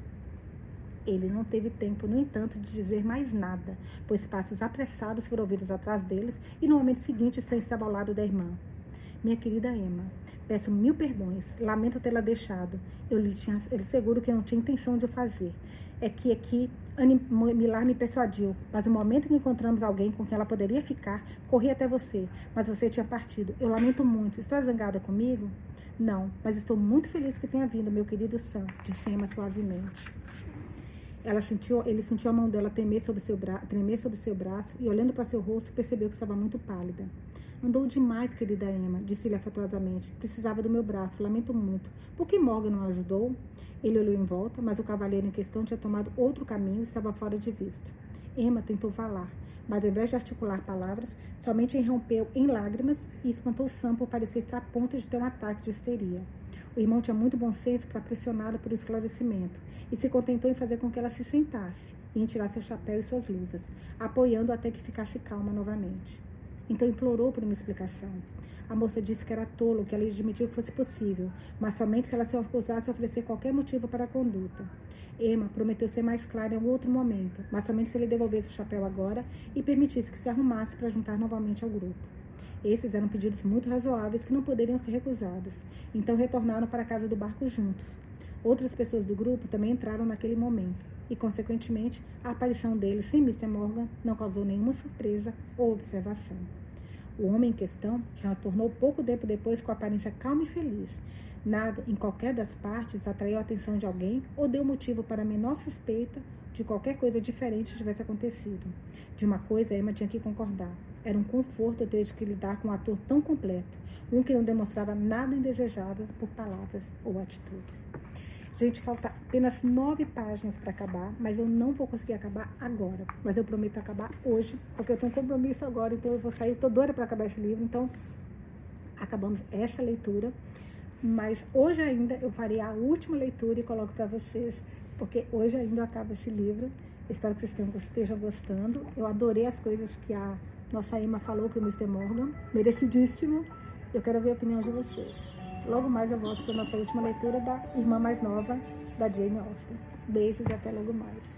Ele não teve tempo, no entanto, de dizer mais nada, pois passos apressados foram ouvidos atrás deles e no momento seguinte Sam estava ao lado da irmã. Minha querida Emma, peço 1000 perdões. Lamento tê-la deixado. Eu lhe seguro que não tinha intenção de o fazer. É que aqui Millar me persuadiu, mas no momento em que encontramos alguém com quem ela poderia ficar, corri até você, mas você tinha partido. Eu lamento muito. Está zangada comigo? Não, mas estou muito feliz que tenha vindo, meu querido Sam, disse Emma suavemente. Ele sentiu a mão dela tremer sobre seu braço e, olhando para seu rosto, percebeu que estava muito pálida. Andou demais, querida Emma, disse-lhe afetuosamente. Precisava do meu braço, lamento muito. Por que Morgan não ajudou? Ele olhou em volta, mas o cavalheiro em questão tinha tomado outro caminho e estava fora de vista. Emma tentou falar, mas ao invés de articular palavras, somente irrompeu em lágrimas e espantou Sam por parecer estar a ponto de ter um ataque de histeria. O irmão tinha muito bom senso para pressioná-la por esclarecimento e se contentou em fazer com que ela se sentasse e em tirar seu chapéu e suas luvas, apoiando até que ficasse calma novamente. Então implorou por uma explicação. A moça disse que era tolo, que ela admitiu que fosse possível, mas somente se ela se recusasse a oferecer qualquer motivo para a conduta. Emma prometeu ser mais clara em algum outro momento, mas somente se ele devolvesse o chapéu agora e permitisse que se arrumasse para juntar novamente ao grupo. Esses eram pedidos muito razoáveis que não poderiam ser recusados, então retornaram para a casa do barco juntos. Outras pessoas do grupo também entraram naquele momento, e, consequentemente, a aparição deles sem Mr. Morgan não causou nenhuma surpresa ou observação. O homem em questão retornou pouco tempo depois com aparência calma e feliz. Nada, em qualquer das partes, atraiu a atenção de alguém ou deu motivo para a menor suspeita de qualquer coisa diferente tivesse acontecido. De uma coisa, Emma tinha que concordar. Era um conforto ter de que lidar com um ator tão completo, um que não demonstrava nada indesejável por palavras ou atitudes. Gente, falta apenas 9 páginas para acabar, mas eu não vou conseguir acabar agora. Mas eu prometo acabar hoje, porque eu tenho um compromisso agora, então eu vou sair. Estou doida para acabar esse livro, então acabamos essa leitura. Mas hoje ainda eu farei a última leitura e coloco para vocês, porque hoje ainda eu acabo esse livro. Espero que vocês estejam gostando. Eu adorei as coisas que a nossa Emma falou para o Mr. Morgan, merecidíssimo. Eu quero ver a opinião de vocês. Logo mais eu volto para a nossa última leitura da irmã mais nova da Jane Austen. Beijos e até logo mais.